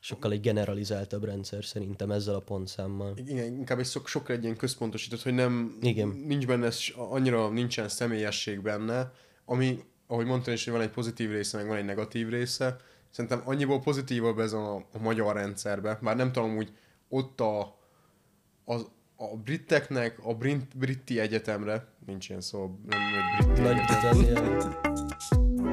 sokkal egy generalizáltabb rendszer szerintem ezzel a pontszámmal. Igen, inkább sokkal egy ilyen központosított, hogy nem, Igen. nincs benne, annyira nincsen személyesség benne, ami, ahogy mondtam is, hogy van egy pozitív része, meg van egy negatív része. Szerintem annyiból pozitívabb ez a magyar rendszerbe, bár nem tudom, úgy ott a briteknek, a britti egyetemre, nincs ilyen szó, nem egy britti egyetem. Nagy-Britannia.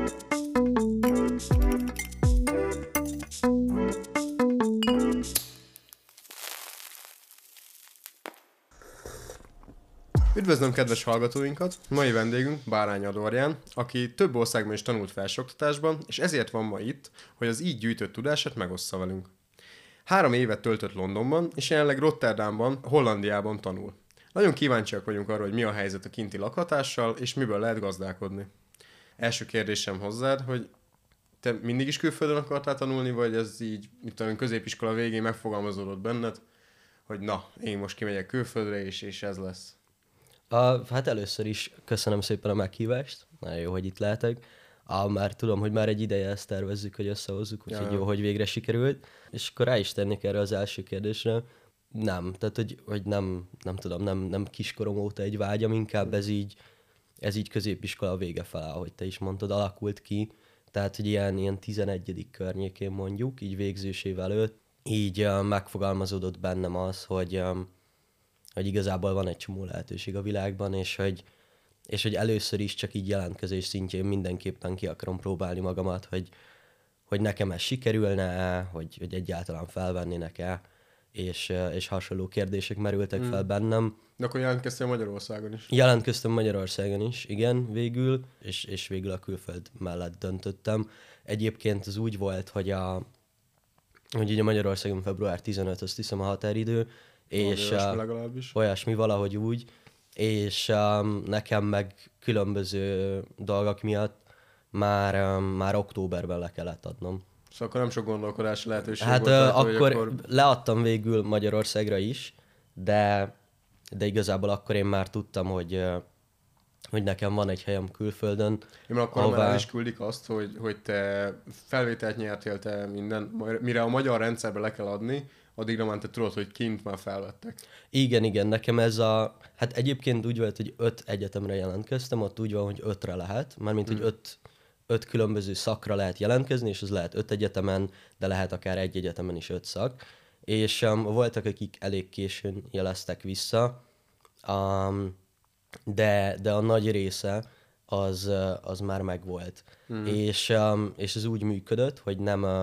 Üdvözlöm kedves hallgatóinkat! Mai vendégünk Bárány Adorján, aki több országban is tanult felsőoktatásban, és ezért van ma itt, hogy az így gyűjtött tudását megossza velünk. 3 évet töltött Londonban, és jelenleg Rotterdamban, Hollandiában tanul. Nagyon kíváncsiak vagyunk arra, hogy mi a helyzet a kinti lakhatással, és miből lehet gazdálkodni. Első kérdésem hozzád, hogy te mindig is külföldön akartál tanulni, vagy ez így, mit tudom, középiskola végén megfogalmazódott benned, hogy na, én most kimegyek külföldre, és ez lesz. Hát először is köszönöm szépen a meghívást, nagyon jó, hogy itt lehetek. Már tudom, hogy már egy ideje ezt tervezzük, hogy összehozzuk, úgyhogy jó, hogy végre sikerült. És akkor rá is tennék erre az első kérdésre. Nem, tehát hogy nem tudom, nem kiskorom óta egy vágyam, inkább ez így középiskola vége felé, ahogy te is mondtad, alakult ki. Tehát, hogy ilyen 11. környékén mondjuk, így végzősév előtt, így megfogalmazódott bennem az, hogy igazából van egy csomó lehetőség a világban, és hogy először is csak így jelentkezés szintjén mindenképpen ki akarom próbálni magamat, hogy nekem ez sikerülne, hogy egyáltalán felvennének-e, és hasonló kérdések merültek fel bennem. De akkor jelentkeztél Magyarországon is? Jelentkeztem Magyarországon is, igen, végül, és végül a külföld mellett döntöttem. Egyébként az úgy volt, hogy ugye Magyarországon február 15, azt hiszem a határidő, és olyasmi valahogy úgy, és nekem meg különböző dolgok miatt már októberben le kellett adnom. Szóval akkor nem sok gondolkodási lehetőség hát volt. akkor leadtam végül Magyarországra is, de igazából akkor én már tudtam, hogy nekem van egy helyem külföldön. Én akkor már el is küldik azt, hogy te felvételt nyertél, te minden, mire a magyar rendszerbe le kell adni, addigra már te tudod, hogy kint már felvettek. Igen, nekem hát egyébként úgy volt, hogy 5 egyetemre jelentkeztem, ott úgy van, hogy 5-re lehet, mármint, hogy 5 különböző szakra lehet jelentkezni, és az lehet 5 egyetemen, de lehet akár egy egyetemen is 5 szak. És voltak, akik elég későn jeleztek vissza, de a nagy része az már megvolt. És ez úgy működött, hogy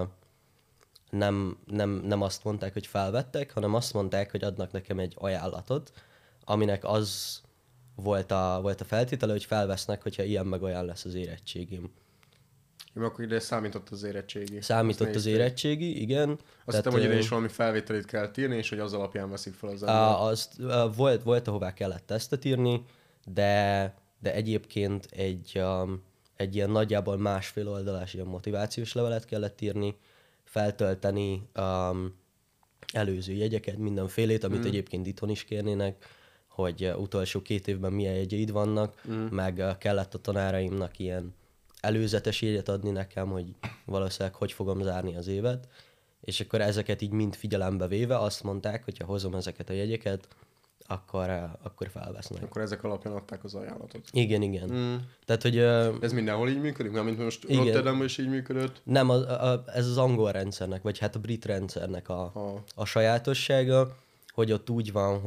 nem azt mondták, hogy felvettek, hanem azt mondták, hogy adnak nekem egy ajánlatot, aminek az volt a feltétele, hogy felvesznek, hogyha ilyen meg olyan lesz az érettségim. Jó, akkor ide számított az érettségi. Számított az érettségi, igen. Azt hittem, hogy ide is valami felvételit kell írni, és hogy az alapján veszik fel az ember. Volt, ahová kellett tesztet írni, de egyébként egy ilyen nagyjából 1,5 oldalas ilyen motivációs levelet kellett írni, feltölteni előző jegyeket, mindenfélét, amit egyébként itthon is kérnének, hogy utolsó 2 évben milyen jegyeid vannak, meg kellett a tanáraimnak ilyen előzetes jegyet adni nekem, hogy valószínűleg hogy fogom zárni az évet, és akkor ezeket így mind figyelembe véve azt mondták, hogy ha hozom ezeket a jegyeket, akkor felvesznek. Akkor ezek alapján adták az ajánlatot. Igen. Tehát, hogy... Ez mindenhol így működik? Mármint most Rotterdamban is így működött? Nem, ez az angol rendszernek, vagy hát a brit rendszernek a sajátossága, hogy ott úgy van,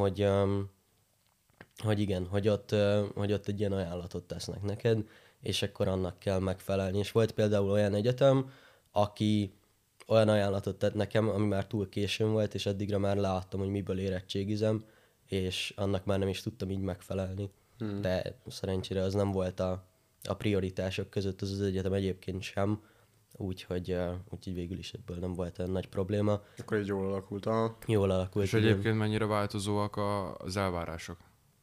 hogy ott egy ilyen ajánlatot tesznek neked, és akkor annak kell megfelelni. És volt például olyan egyetem, aki olyan ajánlatot tett nekem, ami már túl későn volt, és addigra már leadtam, hogy miből érettségizem, és annak már nem is tudtam így megfelelni. De szerencsére az nem volt a prioritások között az egyetem egyébként sem, úgyhogy végül is ebből nem volt olyan nagy probléma. Akkor így jól alakult. Jól alakult. És egyébként mennyire változóak az elvárások?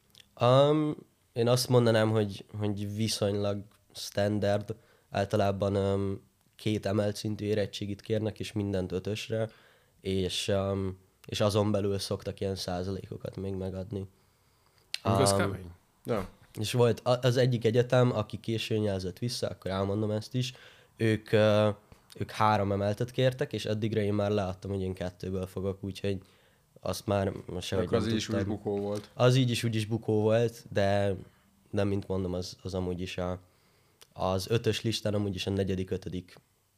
Én azt mondanám, hogy viszonylag standard, általában 2 emelt szintű érettségit kérnek, és mindent 5-ösre, és azon belül szoktak ilyen százalékokat még megadni. Ez kemény. Ja. És volt az egyik egyetem, aki későn jelzett vissza, akkor elmondom ezt is, ők ők 3 emeltet kértek, és addigra én már leadtam, hogy én 2-ből fogok, úgyhogy azt már sehogy Akkor az nem így is úgy tudtam. bukó volt. Az így is úgy is bukó volt, de nem, mint mondom, az amúgy is az 5-ös listán amúgy is a 4.-5.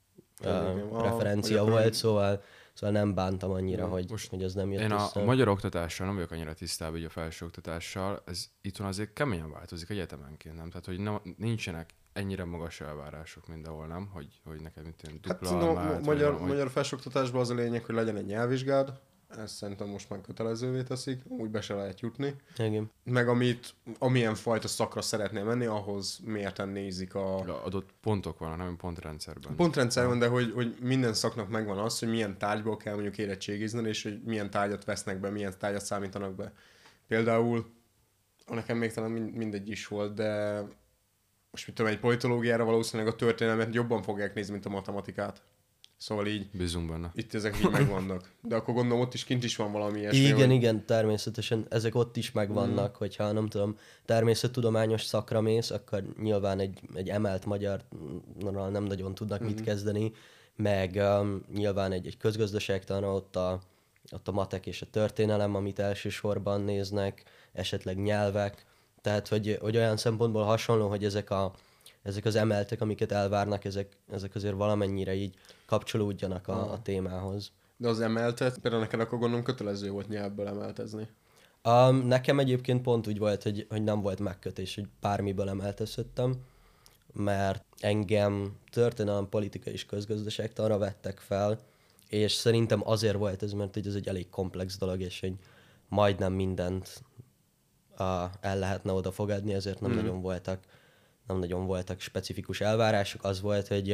referencia volt, szóval nem bántam annyira, hogy az nem jött én össze. a magyar oktatással nem vagyok annyira tisztában, így a felsőoktatással, ez itthon azért keményen változik egyetemenként, nem? Tehát, hogy nincsenek ennyire magas elvárások mindenhol, nem? Hogy neked mint ilyen dupla magyar felsőoktatásban az a lényeg, hogy legyen egy nyelvvizsgád, ezt szerintem most már kötelezővé teszik, úgy be se lehet jutni. Igen. Meg amilyen fajta szakra szeretnél menni, ahhoz mérten nézik adott pontok vannak, nem pontrendszerben. Pontrendszerben, de hogy minden szaknak megvan az, hogy milyen tárgyból kell mondjuk érettségizni, és hogy milyen tárgyat vesznek be, milyen tárgyat számítanak be. Például, nekem még talán mindegy is volt, de most mit tudom, egy politológiára valószínűleg a történelmet jobban fogják nézni, mint a matematikát. Szóval így... Bízunk benne. Itt ezek így megvannak. De akkor gondolom ott is kint is van valami ilyesmi. Igen, természetesen ezek ott is megvannak, hogyha nem tudom, természettudományos szakra mész, akkor nyilván egy emelt magyarral nem nagyon tudnak mit kezdeni, meg nyilván egy közgazdaságtan ott a matek és a történelem, amit elsősorban néznek, esetleg nyelvek, tehát hogy olyan szempontból hasonló, hogy ezek az emeltek, amiket elvárnak, ezek azért valamennyire így kapcsolódjanak a témához. De az emeltet, például neked akkor gondolom kötelező volt nyelvből emeltezni. Nekem egyébként pont úgy volt, hogy nem volt megkötés, hogy bármiből emeltezhettem, mert engem történelem, politika és közgazdaságtanra vettek fel, és szerintem azért volt ez, mert ez egy elég komplex dolog, és hogy majdnem mindent el lehetne oda fogadni, ezért nem nagyon voltak specifikus elvárások. Az volt, hogy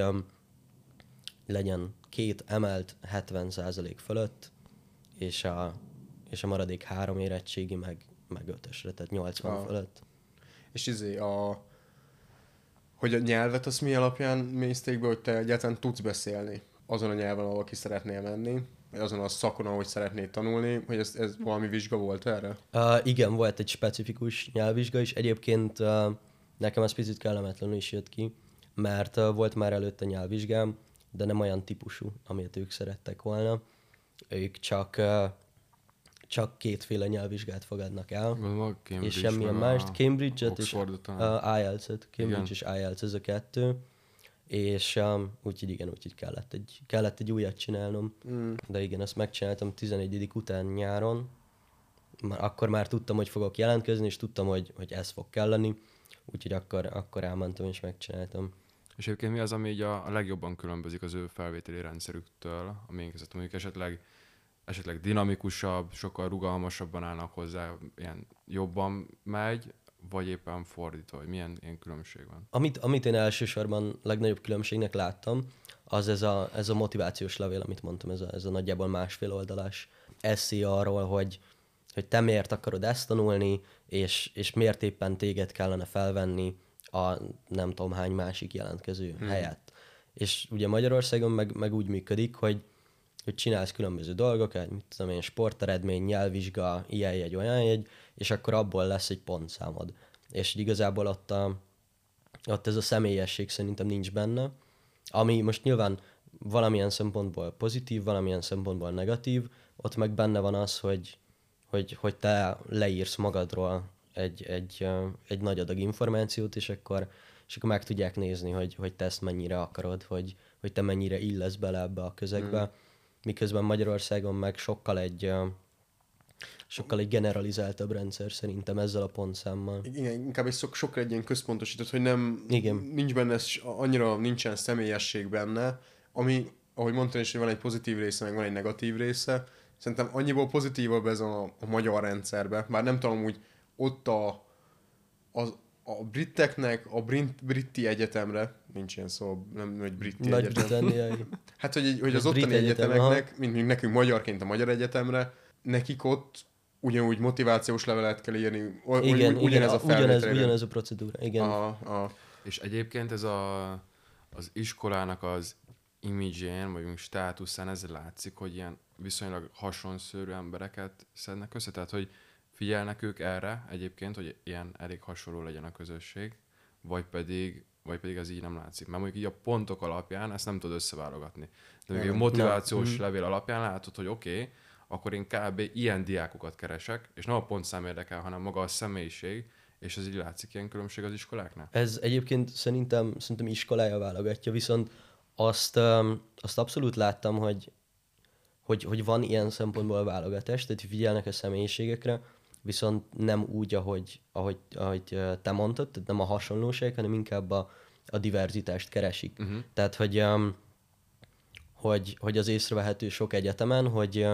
legyen 2 emelt 70% fölött, és a maradék 3 érettségi meg 5-ösre, tehát 80 fölött. És hogy a nyelvet azt mi alapján mézték be, hogy te egyáltalán tudsz beszélni azon a nyelven, ahol ki szeretnél menni, vagy azon a szakon, ahogy szeretnél tanulni, hogy ez valami vizsga volt erre? Igen, volt egy specifikus nyelvvizsga is. Egyébként nekem ez picit kellemetlenül is jött ki, mert volt már előtte nyelvvizsgám, de nem olyan típusú, amit ők szerettek volna. Ők csak 2 nyelvvizsgát fogadnak el, és semmilyen mást. Cambridge-et és IELTS-et. Cambridge és IELTS ez a 2. És úgyhogy kellett egy újat csinálnom. De igen, azt megcsináltam 11. után nyáron. Akkor már tudtam, hogy fogok jelentkezni, és tudtam, hogy ez fog kelleni. Úgyhogy akkor elmentem és megcsináltam. És egyébként mi az, ami így a legjobban különbözik az ő felvételi rendszerüktől, amilyen között mondjuk esetleg dinamikusabb, sokkal rugalmasabban állnak hozzá, ilyen jobban megy, vagy éppen fordítva, hogy milyen ilyen különbség van? Amit én elsősorban legnagyobb különbségnek láttam, az ez a motivációs levél, amit mondtam, ez a nagyjából 1,5 oldalas eszé arról, hogy te miért akarod ezt tanulni, és miért éppen téged kellene felvenni a nem tudom hány másik jelentkező helyett. És ugye Magyarországon meg úgy működik, hogy csinálsz különböző dolgokat, mit tudom én, sporteredmény, nyelvvizsga, ilyen jegy, olyan jegy, és akkor abból lesz egy pontszámod. És igazából ott ez a személyesség szerintem nincs benne, ami most nyilván valamilyen szempontból pozitív, valamilyen szempontból negatív, ott meg benne van az, hogy te leírsz magadról egy nagy adag információt, és akkor meg tudják nézni, hogy te ezt mennyire akarod, hogy te mennyire illesz bele ebbe a közegbe. Miközben Magyarországon meg sokkal egy generalizáltabb rendszer szerintem ezzel a pontszámmal. Igen, inkább sokkal egy ilyen központosított, hogy nincs benne, annyira nincsen személyesség benne, ami, ahogy mondtam is, hogy van egy pozitív része, meg van egy negatív része. Szerintem annyiból pozitívabb ez a magyar rendszerben, bár nem tudom, úgy ott a briteknek a britti egyetemre, nincs ilyen szó, nem egy britti egyetem. Hát, hogy az ottani egyetemeknek, mint nekünk magyarként a magyar egyetemre, nekik ott ugyanúgy motivációs levelet kell írni, ugyanez a felvételére. Ugyanez a procedúra, igen. Aha. És egyébként ez az iskolának az imidzsén, vagy státuszán ez látszik, hogy ilyen viszonylag hasonszörű embereket szednek össze, tehát hogy figyelnek ők erre egyébként, hogy ilyen elég hasonló legyen a közösség, vagy pedig vagy pedig ez így nem látszik. Mert mondjuk így a pontok alapján ezt nem tudod összeválogatni. De még Nem. egy motivációs levél alapján látod, hogy oké, akkor én kb. Ilyen diákokat keresek, és nem a pontszám érdekel, hanem maga a személyiség, és ez így látszik ilyen különbség az iskoláknál. Ez egyébként szerintem iskolája válogatja, viszont azt abszolút láttam, hogy van ilyen szempontból válogatás, tehát figyelnek a személyiségekre, viszont nem úgy, ahogy te mondtad, tehát nem a hasonlóság, hanem inkább a diverzitást keresik. Tehát, hogy az észrevehető sok egyetemen,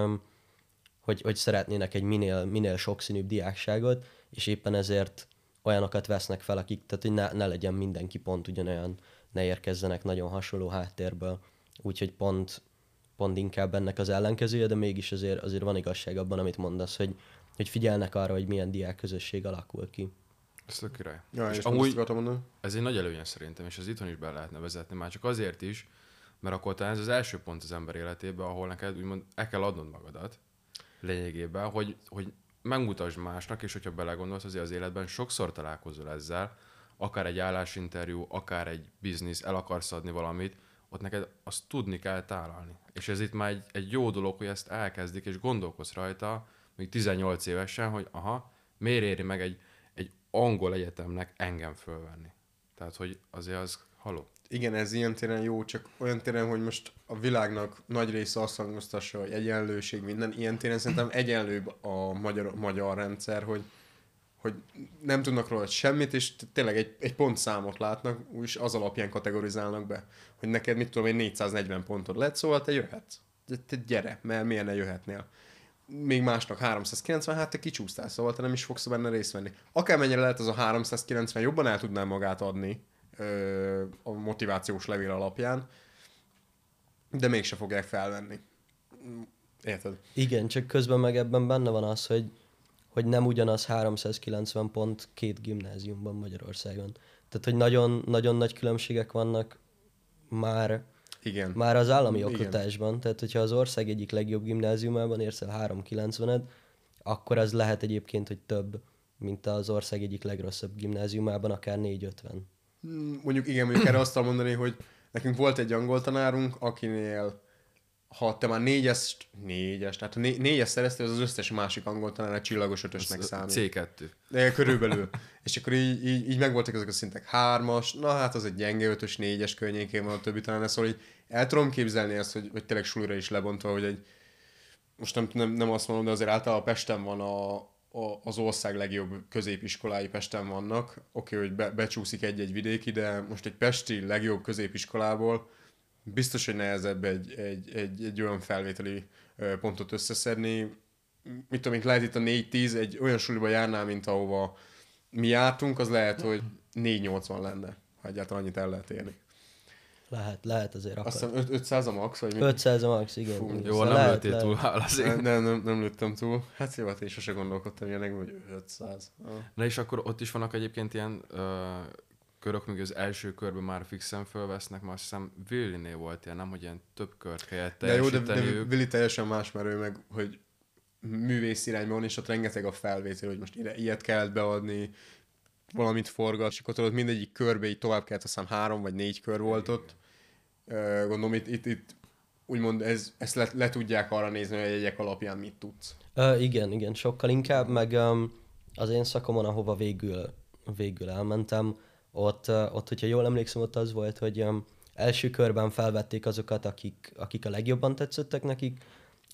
hogy szeretnének egy minél sokszínűbb diákságot, és éppen ezért olyanokat vesznek fel, akik, tehát hogy ne legyen mindenki pont ugyanolyan, ne érkezzenek nagyon hasonló háttérből. Úgyhogy pont inkább ennek az ellenkezője, de mégis azért van igazság abban, amit mondasz, hogy figyelnek arra, hogy milyen diákközösség alakul ki. Ez tök király. Ja, és amúgy mondani. ez egy nagy előnye szerintem, és ez itthon is be lehetne vezetni, már csak azért is, mert akkor talán ez az első pont az ember életében, ahol neked úgymond el kell adnod magadat lényegében, hogy megmutasd másnak, és hogyha belegondolsz, azért az életben sokszor találkozol ezzel, akár egy állásinterjú, akár egy biznisz, el akarsz adni valamit, ott neked azt tudni kell tálalni. És ez itt már egy jó dolog, hogy ezt elkezdik, és gondolkozz rajta, még 18 évesen, hogy miért éri meg egy angol egyetemnek engem fölvenni. Tehát, hogy azért az haló. Igen, ez ilyen téren jó, csak olyan téren, hogy most a világnak nagy része azt hangoztassa, hogy egyenlőség, minden. Ilyen téren szerintem egyenlőbb a magyar rendszer, hogy nem tudnak róla semmit, és tényleg egy pontszámot látnak, és az alapján kategorizálnak be. Hogy neked, mit tudom én, 440 pontod lett, szóval te jöhetsz. Te gyere, mert miért ne jöhetnél? Még másnak 390, hát te kicsúsztál, szóval te nem is fogsz benne részt venni. Akármennyire lehet az a 390, jobban el tudnál magát adni a motivációs levél alapján, de mégse fogják felvenni. Érted? Igen, csak közben meg ebben benne van az, hogy nem ugyanaz 390 pont két gimnáziumban Magyarországon. Tehát, hogy nagyon, nagyon nagy különbségek vannak Igen. már az állami oktatásban. Tehát, hogyha az ország egyik legjobb gimnáziumában érsz el 390-et, akkor az lehet egyébként, hogy több, mint az ország egyik legrosszabb gimnáziumában, akár 450. Mondjuk erre azt mondani, hogy nekünk volt egy angol tanárunk, akinél ha te már négyes, tehát ha négyes szereztél, az összes másik angol tanár egy csillagos ötösnek számít. C2. De körülbelül. És akkor így megvoltak ezek a szintek. 3-as, na hát az egy gyenge 5-ös, 4-es környékén van a többi talán, szóval így el tudom képzelni ezt, hogy tényleg sulira is lebontva, hogy most nem azt mondom, de azért általában Pesten van az ország legjobb középiskolái Pesten vannak. Oké, hogy becsúszik egy vidéki, de most egy pesti legjobb középiskolából biztos, hogy nehezebb egy olyan felvételi pontot összeszedni. Mit tudom, lehet itt a 4-10, egy olyan suliba járnál, mint ahova mi jártunk, az lehet, hogy 480 lenne, ha egyáltalán annyit el lehet érni. Lehet azért akar. Azt hiszem 500 a max, vagy mi? 500 a max, igen. Fú, igen. Jó, Szóval nem lőttél túl válaszik. Nem lőttem túl. Hát jó, hát én sose gondolkodtam ilyenek, hogy 500. Na és akkor ott is vannak egyébként ilyen körök, még az első körben már fixen fölvesznek, mert azt hiszem Willinél volt ilyen, nem, hogy ilyen több kört kellett teljesíteni. De jó, de Willi teljesen más, mert ő meg, hogy művész irányban van, és ott rengeteg a felvétel, hogy most ilyet kellett beadni, valamit forgat, és akkor tudod, mindegyik körbe így tovább kellett, azt hiszem 3 vagy 4 kör volt ott. Gondolom itt úgymond ezt le tudják arra nézni, hogy a jegyek alapján mit tudsz. Igen, sokkal inkább, meg az én szakomon, ahova végül elmentem, ott, hogyha jól emlékszem, ott az volt, hogy első körben felvették azokat, akik a legjobban tetszettek nekik,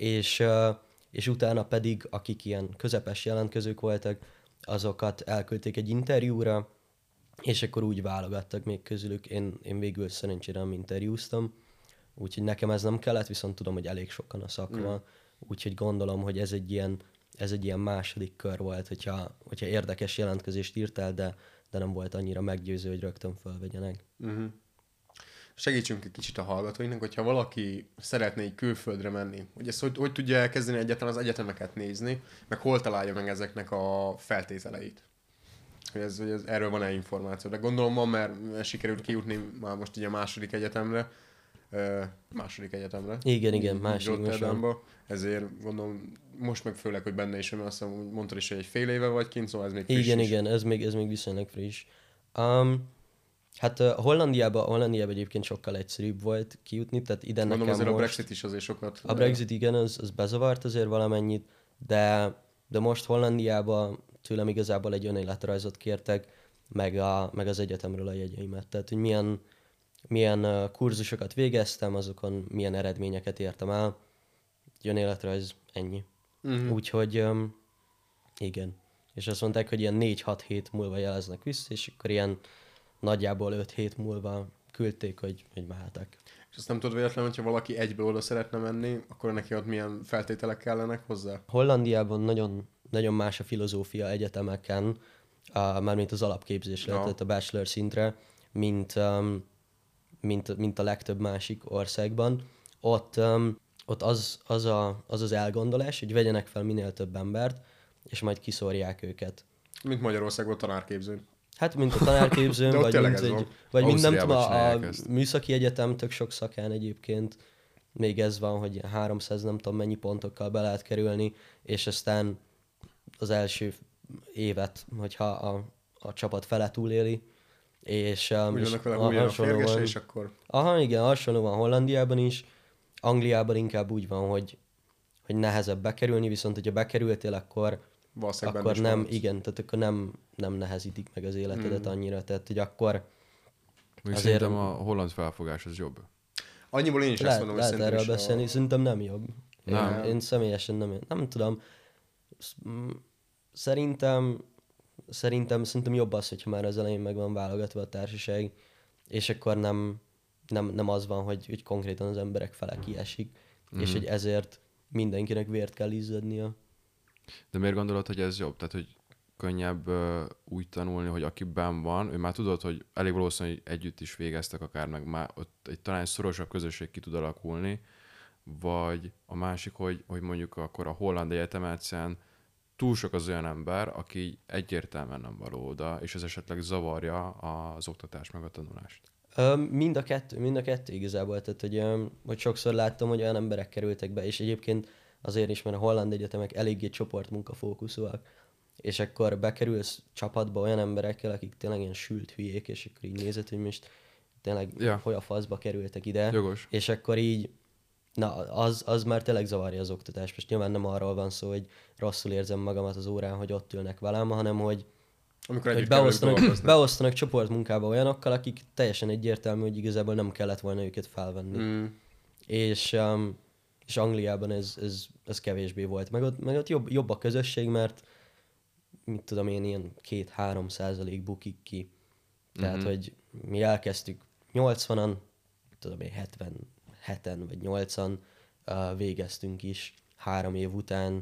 és utána pedig, akik ilyen közepes jelentkezők voltak, azokat elküldték egy interjúra, és akkor úgy válogattak még közülük. Én végül szerencsére nem interjúztam, úgyhogy nekem ez nem kellett, viszont tudom, hogy elég sokan a szakma, úgyhogy gondolom, hogy ez egy ilyen második kör volt, hogyha érdekes jelentkezést írtál, de nem volt annyira meggyőző, hogy rögtön fölvegyenek. Segítsünk egy kicsit a hallgatóinknak, hogyha valaki szeretne így külföldre menni, hogy ezt hogy tudja elkezdeni egyáltalán az egyetemeket nézni, meg hol találja meg ezeknek a feltételeit. Hogy erről van-e információ. De gondolom van, mert sikerült kijutni már most így a második egyetemre. Igen, második Rotterdamba. Ezért gondolom, most meg főleg, hogy benne is, mert azt mondtad is, hogy egy fél éve vagy kint, szóval ez még friss Igen, ez még viszonylag friss. Hát Hollandiába egyébként sokkal egyszerűbb volt kijutni, tehát ide Mondom, nekem azért most... a Brexit is azért sokat... A Brexit igen, az bezavart azért valamennyit, de most Hollandiába tőlem igazából egy önéletrajzot kértek, meg az egyetemről a jegyeimet. Tehát, hogy milyen kurzusokat végeztem, azokon milyen eredményeket értem el. Egy önéletrajz, ennyi. Úgyhogy igen. És azt mondták, hogy ilyen 4-6 hét múlva jeleznek vissza, és akkor ilyen nagyjából 5 hét múlva küldték, hogy mehetek. És azt nem tudod véletlenül, hogyha valaki egyből oda szeretne menni, akkor neki ott milyen feltételek kellenek hozzá? Hollandiában nagyon, nagyon más a filozófia egyetemeken, mármint az alapképzésre, tehát a bachelor szintre, mint a legtöbb másik országban. Ott az elgondolás, hogy vegyenek fel minél több embert, és majd kiszórják őket. Mint Magyarországban tanárképzőn. Hát, mint a tanárképzőn, De ott vagy tényleg mint ez van. vagy mint nem tudom, Ausztriában a csinálják ezt. műszaki egyetem tök sok szakán egyébként még ez van, hogy 300 nem tudom mennyi pontokkal be lehet kerülni, és aztán az első évet, hogyha a csapat fele túléli, és Úgy vannak vele újra a férgese, és akkor... Aha, igen, hasonló van Hollandiában is. Angliában inkább úgy van, hogy nehezebb bekerülni, viszont hogyha bekerültél, akkor nem, igen, tehát akkor nem nehezítik meg az életedet annyira, tehát hogy akkor Még azért- szerintem a holland felfogás az jobb. Annyiból én is azt mondom, hogy lehet szerintem erről is beszélni, szerintem nem jobb. Nem. Én személyesen nem tudom. Szerintem jobb az, hogyha már az elején meg van válogatva a társaság, és akkor nem az van, hogy konkrétan az emberek fele kiesik, és hogy ezért mindenkinek vért kell izzadnia. De miért gondolod, hogy ez jobb? Tehát, hogy könnyebb úgy tanulni, hogy aki benn van, ő már tudod, hogy elég valószínű, hogy együtt is végeztek akár, meg már ott egy talán szorosabb közösség ki tud alakulni, vagy a másik, hogy mondjuk akkor a holland egyetemen egyszerűen túl sok az olyan ember, aki egyértelműen nem való oda, és ez esetleg zavarja az oktatást meg a tanulást. Mind a kettő igazából, tehát hogy sokszor láttam, hogy olyan emberek kerültek be, és egyébként azért is, mert a holland egyetemek eléggé csoportmunkafókuszúak, és akkor bekerülsz csapatba olyan emberekkel, akik tényleg ilyen sült hülyék, és akkor így nézed, hogy most tényleg hogy a faszba kerültek ide, Jogos. és akkor így, na, az már tényleg zavarja az oktatást. Most nyilván nem arról van szó, hogy rosszul érzem magamat az órán, hogy ott ülnek velem, hanem hogy Amikor hogy együtt kell velük dolgozni. beosztanak csoportmunkába olyanokkal, akik teljesen egyértelmű, hogy igazából nem kellett volna őket felvenni. És Angliában ez kevésbé volt. Meg ott jobb a közösség, mert mit tudom én, ilyen 2-3% bukik ki. Tehát, hogy mi elkezdtük 80-an, tudom én 77-en vagy 8-an végeztünk is 3 év után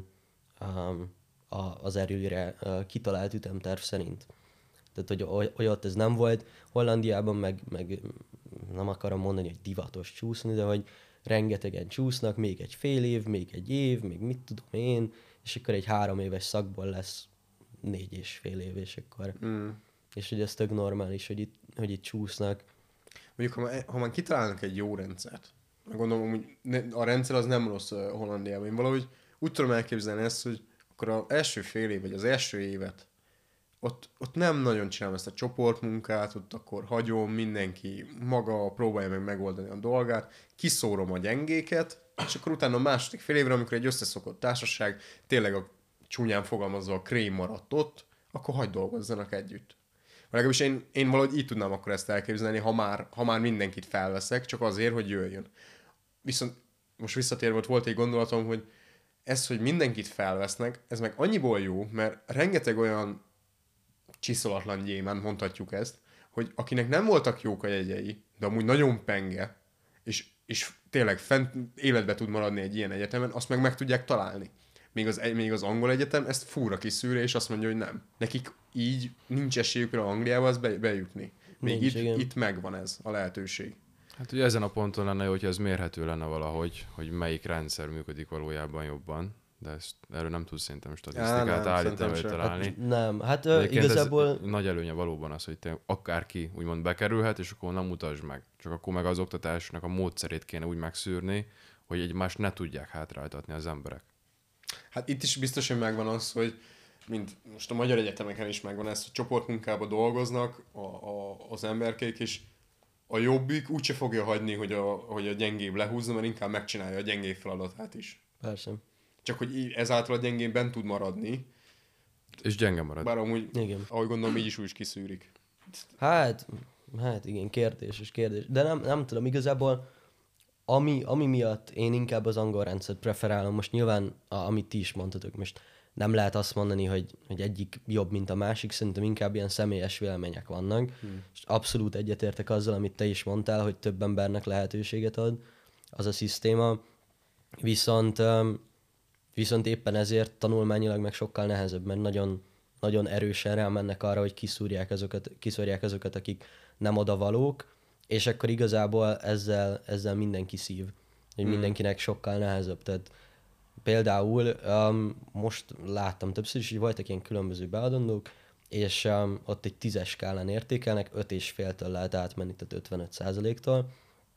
az erőre kitalált ütemterv szerint. Tehát, hogy ott ez nem volt. Hollandiában meg nem akarom mondani, hogy divatos csúszni, de hogy rengetegen csúsznak, még egy fél év, még egy év, még mit tudom én, és akkor egy 3 éves szakból lesz 4,5 év, és akkor... És hogy ez tök normális, hogy itt csúsznak. Mondjuk, ha már kitalálnak egy jó rendszert, meg gondolom, hogy a rendszer az nem rossz Hollandiában. Én valahogy úgy tudom elképzelni ezt, hogy akkor az első fél év, vagy az első évet ott nem nagyon csinálom ezt a csoportmunkát, ott akkor hagyom, mindenki maga próbálja meg megoldani a dolgát, kiszórom a gyengéket, és akkor utána a második fél évre, amikor egy összeszokott társaság, tényleg a csúnyán fogalmazva a krém maradt ott, akkor hagyd dolgozzanak együtt. Legalábbis én valahogy így tudnám akkor ezt elképzelni, ha már mindenkit felveszek, csak azért, hogy jöjjön. Viszont most visszatérve volt egy gondolatom, hogy ez, hogy mindenkit felvesznek, ez meg annyiból jó, mert rengeteg olyan csiszolatlan gyémán, mondhatjuk ezt, hogy akinek nem voltak jók a jegyei, de amúgy nagyon penge, és tényleg fent életbe tud maradni egy ilyen egyetemen, azt meg tudják találni. Még az angol egyetem ezt fúra kiszűrje, és azt mondja, hogy nem. Nekik így nincs esélyükre Angliába az bejutni. Még itt megvan ez a lehetőség. Hát ugye ezen a ponton lenne jó, hogyha ez mérhető lenne valahogy, hogy melyik rendszer működik valójában jobban, de erről nem tudsz szerintem statisztikát állítani vagy találni. Nem, hát igazából... nagy előnye valóban az, hogy te akárki úgymond bekerülhet, és akkor nem mutasd meg. Csak akkor meg az oktatásnak a módszerét kéne úgy megszűrni, hogy egymást ne tudják hátráltatni az emberek. Hát itt is biztos, hogy megvan az, hogy mint most a magyar egyetemeken is megvan ez, hogy csoportmunkában dolgoznak az emberkék, és a jobbik úgyse fogja hagyni, hogy a gyengébb lehúzza, mert inkább megcsinálja a gyengébb feladatát is. Persze. Csak hogy ezáltal a gyengén bent tud maradni. És gyenge marad. Bár amúgy, Igen. ahogy gondolom, így is úgy is kiszűrik. Hát igen, kérdés. De nem tudom, igazából ami miatt én inkább az angol rendszert preferálom, most nyilván, amit ti is mondtatok, most nem lehet azt mondani, hogy egyik jobb, mint a másik, szerintem inkább ilyen személyes vélemények vannak, és abszolút egyetértek azzal, amit te is mondtál, hogy több embernek lehetőséget ad az a szisztéma, viszont éppen ezért tanulmányilag meg sokkal nehezebb, mert nagyon, nagyon erősen rámennek arra, hogy kiszúrják azokat, akik nem odavalók, és akkor igazából ezzel mindenki szív, hogy mindenkinek sokkal nehezebb. Tehát például most láttam többször is, hogy voltak ilyen különböző beadandók, és ott egy 10-es skálán értékelnek, 5,5-től lehet átmenni, tehát 55%-tól,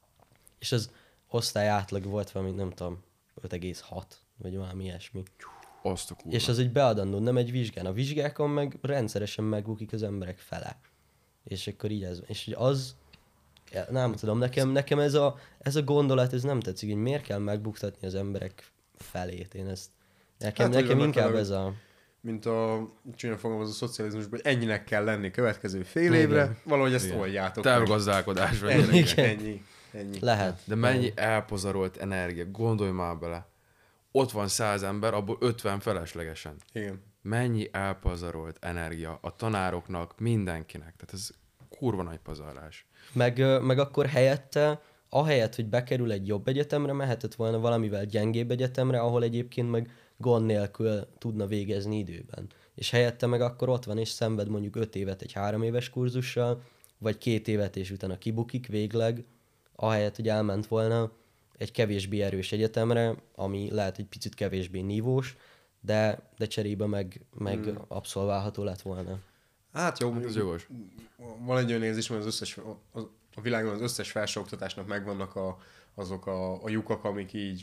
és az osztály átlag volt valami, nem tudom, 5,6, vagy valami ilyesmi. Azt a kurva. És az egy beadandó, nem egy vizsgán. A vizsgákon meg rendszeresen megbukik az emberek fele. És akkor így ez. És az, nem tudom, nekem ez a gondolat, ez nem tetszik, hogy miért kell megbuktatni az emberek felét. Én ezt, nekem inkább ez a... Mint csúnya fogalmaz a szocializmusban, hogy ennyinek kell lenni következő fél évre, valahogy ezt oldjátok. Tervgazdálkodás vagy. Ennyi. Lehet. De mennyi elpazarolt energia, gondolj már bele. Ott van 100 ember, abból 50 feleslegesen. Igen. Mennyi elpazarolt energia a tanároknak, mindenkinek. Tehát ez kurva nagy pazarlás. Meg akkor helyette, ahelyett, hogy bekerül egy jobb egyetemre, mehetett volna valamivel gyengébb egyetemre, ahol egyébként meg gond nélkül tudna végezni időben. És helyette meg akkor ott van és szenved mondjuk 5 évet egy 3 éves kurzussal, vagy 2 évet és utána kibukik végleg, ahelyett, hogy elment volna egy kevésbé erős egyetemre, ami lehet egy picit kevésbé nívós, de cserébe meg abszolválható lett volna. Hát jó, Ez jogos. Van egy olyan érzés, hogy a világon az összes felsőoktatásnak megvannak azok a lyukak, amik így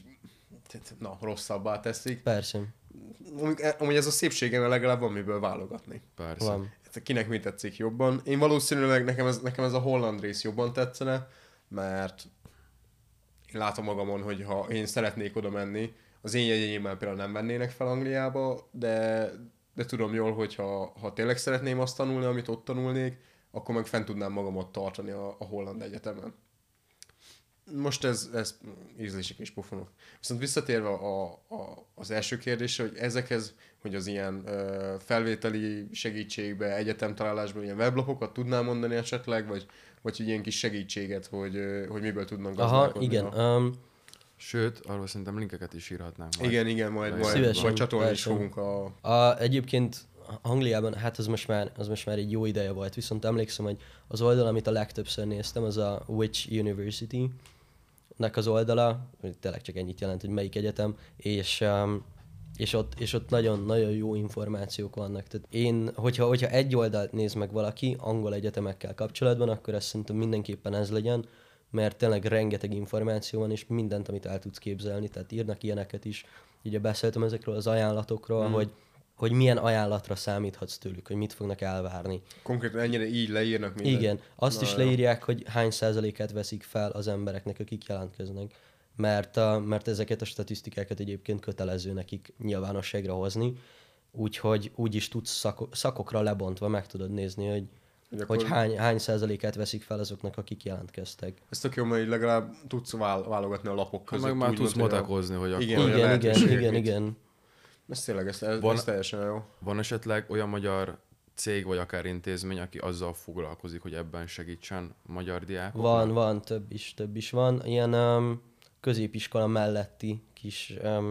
rosszabbá teszik. Persze. Amúgy ez a szépsége, mert legalább van miből válogatni. Persze. Van. Kinek mi tetszik jobban. Én valószínűleg nekem ez a holland rész jobban tetszene, mert én látom magamon, hogy ha én szeretnék oda menni, az én jegyeimmel például nem vennének fel Angliába, de tudom jól, hogy ha tényleg szeretném azt tanulni, amit ott tanulnék, akkor meg fent tudnám magamat tartani a holland egyetemen. Most ez ízlések és pofonok. Viszont visszatérve az első kérdésre, hogy ezekhez, hogy az ilyen felvételi segítségbe, egyetemtalálásban ilyen weblapokat tudnám mondani esetleg, vagy hogy ilyen kis segítséget, hogy miből tudnak gazdálkodni. Aha, igen. Sőt, arról szerintem linkeket is írhatnánk majd. Igen, majd Szívesen, csatolni is persze. fogunk Egyébként Angliában, hát az most már egy jó ideje volt, viszont emlékszem, hogy az oldal, amit a legtöbbször néztem, az a Which University-nek az oldala, tényleg csak ennyit jelent, hogy melyik egyetem, és ott nagyon, nagyon jó információk vannak. Tehát hogyha egy oldalt néz meg valaki angol egyetemekkel kapcsolatban, akkor azt szerintem mindenképpen ez legyen, mert tényleg rengeteg információ van, és mindent, amit el tudsz képzelni, tehát írnak ilyeneket is. Ugye beszéltem ezekről az ajánlatokról, hogy milyen ajánlatra számíthatsz tőlük, hogy mit fognak elvárni. Konkrétan ennyire így leírnak mindent. Igen, azt is leírják, hogy hány százalékát veszik fel az embereknek, akik jelentkeznek. Mert ezeket a statisztikákat egyébként kötelező nekik nyilvánosságra hozni, úgyhogy úgy is tudsz szakokra lebontva meg tudod nézni, hogy hány százalékát veszik fel azoknak, akik jelentkeztek. Ez tök jó, mert így legalább tudsz válogatni a lapok között. Meg már tudsz motakozni, hogy akkor... Igen. Ez tényleg, ez teljesen jó. Van esetleg olyan magyar cég, vagy akár intézmény, aki azzal foglalkozik, hogy ebben segítsen magyar diákoknak? Van, több is van. Ilyen középiskola melletti kis,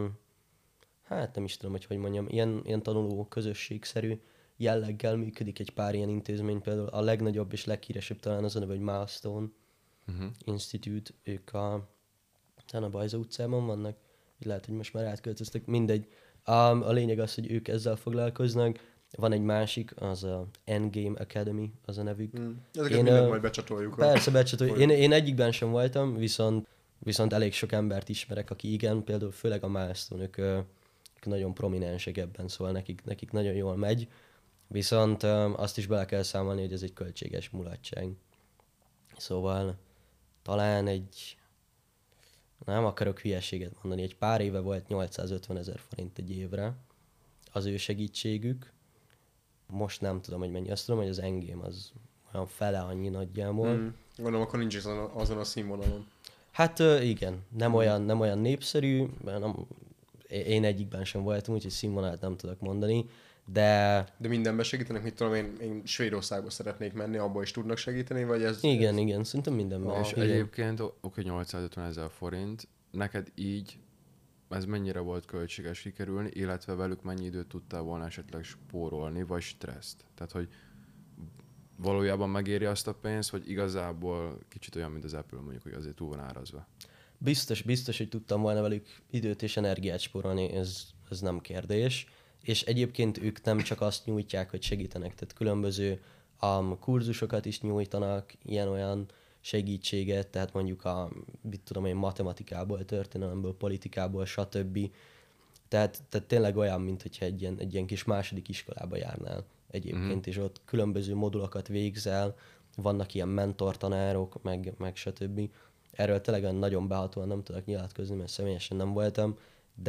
hát nem is tudom, hogy mondjam, ilyen tanuló közösségszerű jelleggel működik egy pár ilyen intézmény, például a legnagyobb és leghíresebb talán az a neve, hogy Milestone Institute, ők a Bajza utcában vannak, így lehet, hogy most már átköltöztek, mindegy. A lényeg az, hogy ők ezzel foglalkoznak, van egy másik, az a Endgame Academy, az a nevük. Ezeket mindent majd becsatoljuk. Persze, becsatoljuk. Én egyikben sem voltam, viszont elég sok embert ismerek, aki igen, például főleg a Milestone, ők nagyon prominensek ebben, szóval nekik nagyon jól megy, viszont azt is bele kell számolni, hogy ez egy költséges mulatság. Szóval talán nem akarok hülyeséget mondani, egy pár éve volt 850 000 forint egy évre az ő segítségük. Most nem tudom, hogy mennyi. Azt tudom, hogy az Endgame az olyan fele annyi nagyjából. Gondolom, akkor nincs azon a színvonalon. Hát igen, nem olyan népszerű, én egyikben sem voltam, úgyhogy színvonalat nem tudok mondani, de mindenben segítenek, mit tudom én Svédországba szeretnék menni, abból is tudnak segíteni, vagy ez... Igen, szerintem mindenben. És egyébként, oké, 850 000 forint, neked így ez mennyire volt költséges kikerülni, illetve velük mennyi időt tudtál volna esetleg spórolni, vagy stresszt? Tehát, hogy valójában megéri azt a pénzt, vagy igazából kicsit olyan, mint az Apple mondjuk, hogy azért túl van árazva? Biztos, hogy tudtam volna velük időt és energiát spórolni, ez nem kérdés. És egyébként ők nem csak azt nyújtják, hogy segítenek, tehát különböző kurzusokat is nyújtanak, ilyen-olyan segítséget, tehát mondjuk mit tudom én, matematikából, történelemből, politikából, stb. Tehát tényleg olyan, mint hogyha egy ilyen kis második iskolába járnál egyébként, és ott különböző modulokat végzel, vannak ilyen mentortanárok, meg stb. Erről tényleg nagyon behatóan nem tudok nyilatkozni, mert személyesen nem voltam,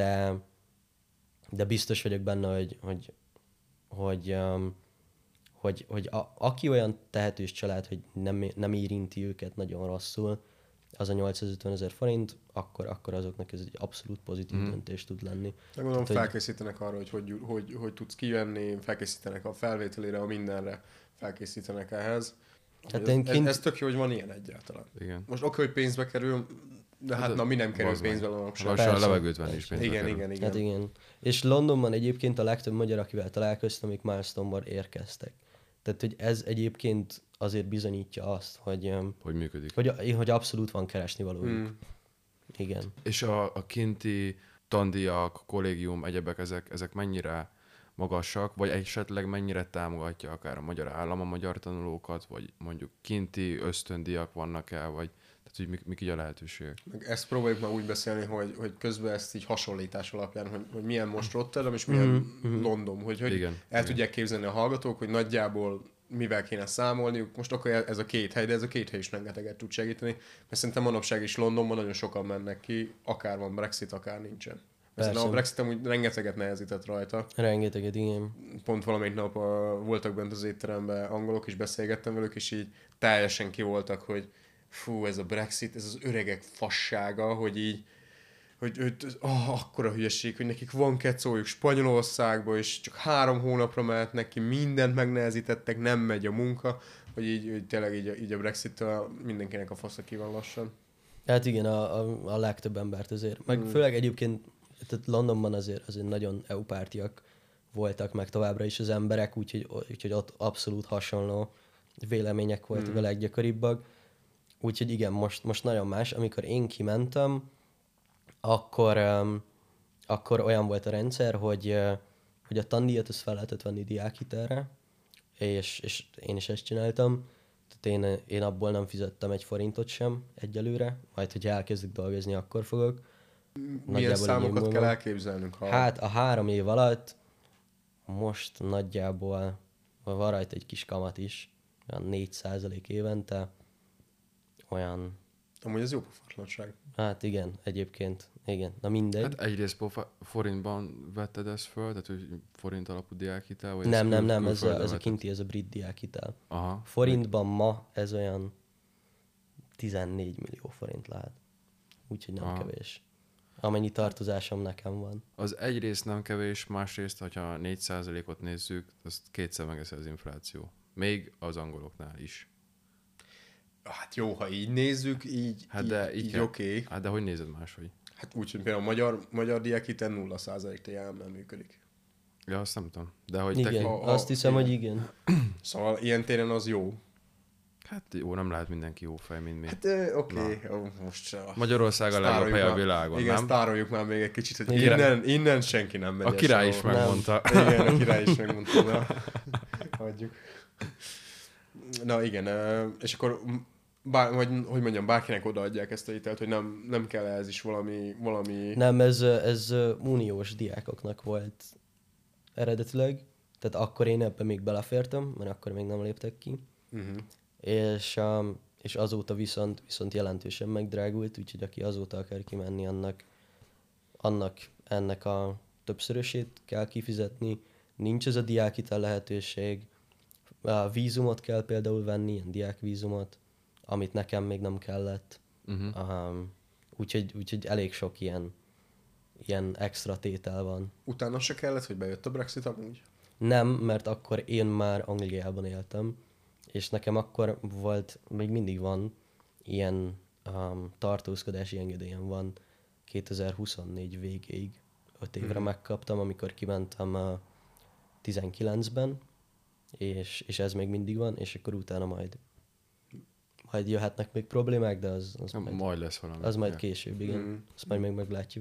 de biztos vagyok benne, hogy aki olyan tehetős család, hogy nem érinti őket nagyon rosszul, az a 850 000 forint, akkor azoknak ez egy abszolút pozitív döntés tud lenni. De gondolom felkészítenek arra, hogy tudsz kijönni, felkészítenek a felvételére, a mindenre, felkészítenek ehhez. Hát ez tök jó, hogy van ilyen egyáltalán. Igen. Most oké, hogy pénzbe kerül, de hát mi nem kerül pénzbe. Lassan a levegőt venni is pénzbe kerül. Igen. Hát igen. És Londonban egyébként a legtöbb magyar, akivel találkoztam, amik Milestone-ból érkeztek. Tehát, hogy ez egyébként azért bizonyítja azt, hogy működik. Hogy abszolút van keresni valójuk. Igen. És a kinti tandíjak, kollégium, egyebek, ezek mennyire magasak, vagy esetleg mennyire támogatja akár a magyar állam a magyar tanulókat, vagy mondjuk kinti ösztöndíjak vannak-e, vagy tehát, hogy mik így a lehetőségek? Meg ezt próbáljuk már úgy beszélni, hogy közben ezt így hasonlítás alapján, hogy milyen most Rotterdam, és milyen London, hogy igen, tudják képzelni a hallgatók, hogy nagyjából mivel kéne számolniuk. Most akkor ez a két hely, de ez a két hely is rengeteget tud segíteni, mert szerintem manapság is Londonban nagyon sokan mennek ki, akár van Brexit, akár nincsen. Mert a Brexit amúgy rengeteget nehezített rajta. Rengeteget, igen. Pont valamelyik nap voltak bent az étteremben angolok, és beszélgettem velük, és így teljesen ki voltak, hogy fú, ez a Brexit, ez az öregek fassága, hogy így, hogy akkora hülyeség, hogy nekik van kecójuk Spanyolországba, és csak 3 hónapra mehetnek ki, mindent megnehezítettek, nem megy a munka, hogy így tényleg így a Brexit-től mindenkinek a fasza ki van lassan. Hát igen, a legtöbb embert azért. Meg főleg egyébként tehát Londonban azért nagyon EU-pártiak voltak, meg továbbra is az emberek, úgyhogy ott abszolút hasonló vélemények voltak a leggyakoribbak. Úgyhogy igen, most nagyon más. Amikor én kimentem, akkor olyan volt a rendszer, hogy a tandíjat azt fel lehetett venni diákhitelre, és én is ezt csináltam. Tehát én abból nem fizettem 1 forintot sem egyelőre, majd hogyha elkezdek dolgozni, akkor fogok. Milyen számokat kell elképzelnünk? Hát a 3 év alatt most nagyjából van rajta egy kis kamat is, olyan 4% évente, olyan... Amúgy ez jó pofátlanság. Hát igen, egyébként, igen. Na mindegy. Hát egyrészt forintban vetted ezt föl, tehát hogy forint alapú diákhitel? Vagy Nem, ez a kinti, ez a brit diákhitel. Aha. Forintban ma ez olyan 14 millió forint lehet. Úgyhogy nem kevés. Amennyi tartozásom nekem van. Az egyrészt nem kevés, másrészt, hogyha 4%-ot nézzük, azt 2-szer megeszi az infláció. Még az angoloknál is. Hát jó, ha így nézzük, így oké. Hát de hogy nézed máshogy? Hát úgy, hogy például a magyar diákhitel 0%-t nem működik. Ja, azt nem tudom. De hogy igen, azt hiszem, hogy igen. Szóval ilyen téren az jó. Hát jó, nem lehet mindenki jó fej, mint mi. Hát oké. Most Magyarország a legjobb hely a világon, igen, nem? sztároljuk már még egy kicsit, hogy innen senki nem megy. A király is megmondta. Igen, a király is megmondta. Na, hagyjuk. Na igen, és akkor vagy hogy mondjam, bárkinek odaadják ezt a hitelt, hogy nem kell ez is valami... Nem, ez uniós diákoknak volt eredetileg, tehát akkor én ebben még belefértem, mert akkor még nem léptek ki, és azóta viszont jelentősen megdrágult, úgyhogy aki azóta akar kimenni, ennek a többszörösét kell kifizetni, nincs ez a diákhitel lehetőség, a vízumot kell például venni, ilyen diákvízumot, amit nekem még nem kellett. Úgyhogy elég sok ilyen extra tétel van. Utána se kellett, hogy bejött a Brexit amúgy? Nem, mert akkor én már Angliában éltem, és nekem akkor volt, még mindig van, ilyen tartózkodási engedélyem van 2024 végéig. 5 évre megkaptam, amikor kimentem 19-ben, és ez még mindig van, és akkor utána majd jöhetnek még problémák, de az majd lesz valami. az majd később, igen. Azt majd még meglátjuk.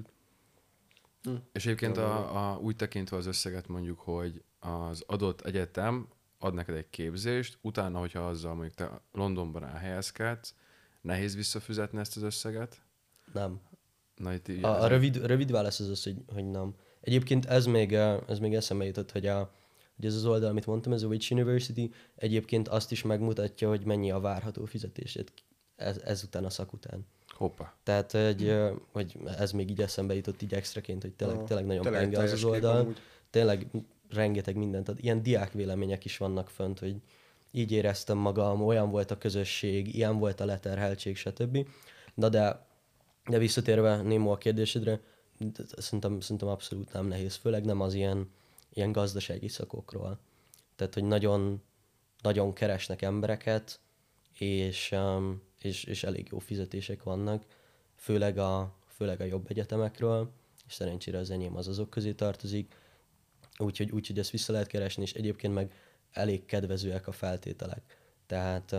És egyébként úgy tekintve az összeget mondjuk, hogy az adott egyetem ad neked egy képzést, utána, hogyha azzal mondjuk te Londonban elhelyezkedsz, nehéz visszafizetni ezt az összeget? Nem. Na, itt A rövid válasz az, hogy nem. Egyébként ez még eszembe jutott, hogy ez az oldal, amit mondtam, ez a Which University, egyébként azt is megmutatja, hogy mennyi a várható fizetésed ezután a szak után. Hoppá. Tehát, hogy ez még így eszembe jutott így extraként, hogy tényleg nagyon penge az teljes oldal. kép Tényleg rengeteg mindent. Tehát ilyen diákvélemények is vannak fönt, hogy így éreztem magam, olyan volt a közösség, ilyen volt a leterheltség, stb. De visszatérve Némo a kérdésedre, szerintem abszolút nem nehéz, főleg nem az ilyen gazdasági szakokról. Tehát, hogy nagyon, nagyon keresnek embereket, és elég jó fizetések vannak, főleg a jobb egyetemekről, és szerencsére az enyém az azok közé tartozik, úgyhogy ezt vissza lehet keresni, és egyébként meg elég kedvezőek a feltételek. Tehát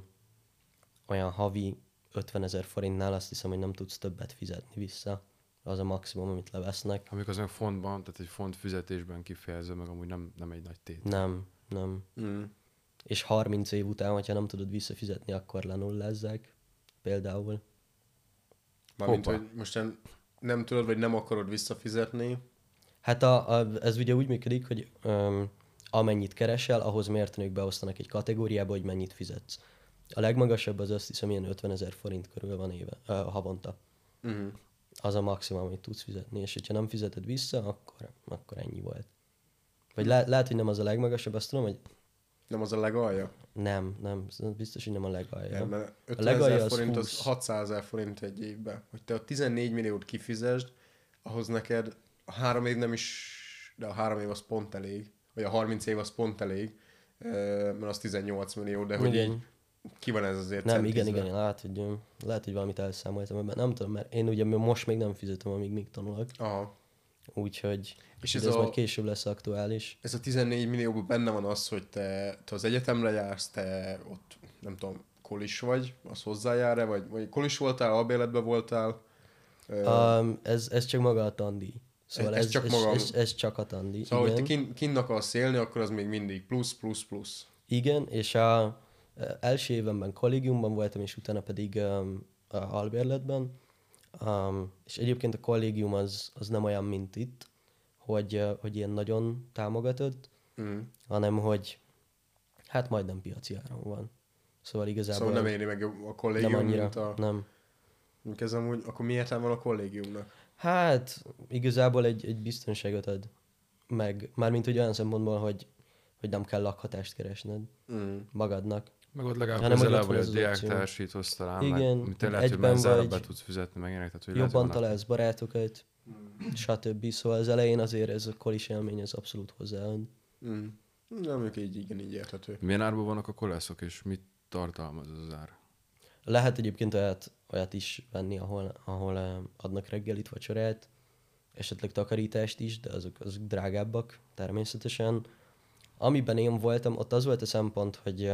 olyan havi 50 000 forintnál azt hiszem, hogy nem tudsz többet fizetni vissza. Az a maximum, amit levesznek. Amikor az meg fontban, tehát egy font fizetésben kifejezve, meg amúgy nem egy nagy tét. Nem. És 30 év után, hogyha nem tudod visszafizetni, akkor lenullázzák. Például. Mármint, hogy most nem tudod, vagy nem akarod visszafizetni. Hát ez ugye úgy működik, hogy amennyit keresel, ahhoz mérten ők beosztanak egy kategóriába, hogy mennyit fizetsz. A legmagasabb az azt hiszem ilyen 50 000 forint körül van havonta. Az a maximum, amit tudsz fizetni, és hogyha nem fizeted vissza, akkor ennyi volt. Vagy lehet, hogy nem az a legmagasabb, azt tudom, hogy... Nem az a legalja? Nem, biztos, hogy nem a legalja. Nem, mert 50 a legalja 000 forint 20. az 600 000 forint egy évben. Hogy te a 14 milliót kifizesd, ahhoz neked a 3 év nem is, de a 3 év az pont elég, vagy a 30 év az pont elég, mert az 18 millió, de hogy Igen. így ki van ez azért Nem, centízve. igen, lehet, hogy valamit elszámoltam ebben. Nem tudom, mert én ugye most még nem fizetem, amíg még tanulok. Aha. Úgyhogy És ez majd később lesz aktuális. Ez a 14 millióban benne van az, hogy te az egyetemre jársz, te ott, nem tudom, kolis vagy, az hozzájár-e, vagy kolis voltál, albérletben voltál? Ez csak maga a tandíj. Szóval Ez csak maga... ez csak a tandíj. Szóval, igen. hogy te kinn akarsz élni, akkor az még mindig plusz. Igen, és első évenben kollégiumban voltam, és utána pedig a albérletben. És egyébként a kollégium az nem olyan, mint itt, hogy ilyen nagyon támogatott, hanem hogy hát majdnem piaci áron van. Szóval igazából... Szóval nem éri meg a kollégium, nem annyira, mint a... nem. Ez amúgy, akkor mi értelme van a kollégiumnak? Hát igazából egy biztonságot ad. Meg, mármint olyan szempontból, hogy nem kell lakhatást keresned magadnak. Meg ott legalább Hanem, hogy közelebb, ott van hogy a az opció. diáktársít hozz talán, Igen, meg te lehet, hogy egyben menzára be vagy, tudsz fizetni, meg ilyenek. Tehát, hogy jobban lehet, hogy találsz barátokat, stb. Szóval az elején azért ez a kolis élmény az abszolút hozzáad. Nem, mondjuk így érthető. Milyen árban vannak a kolászok, és mit tartalmaz az ár? Lehet egyébként olyat is venni, ahol adnak reggelit, vacsorát, esetleg takarítást is, de azok drágábbak természetesen. Amiben én voltam, ott az volt a szempont, hogy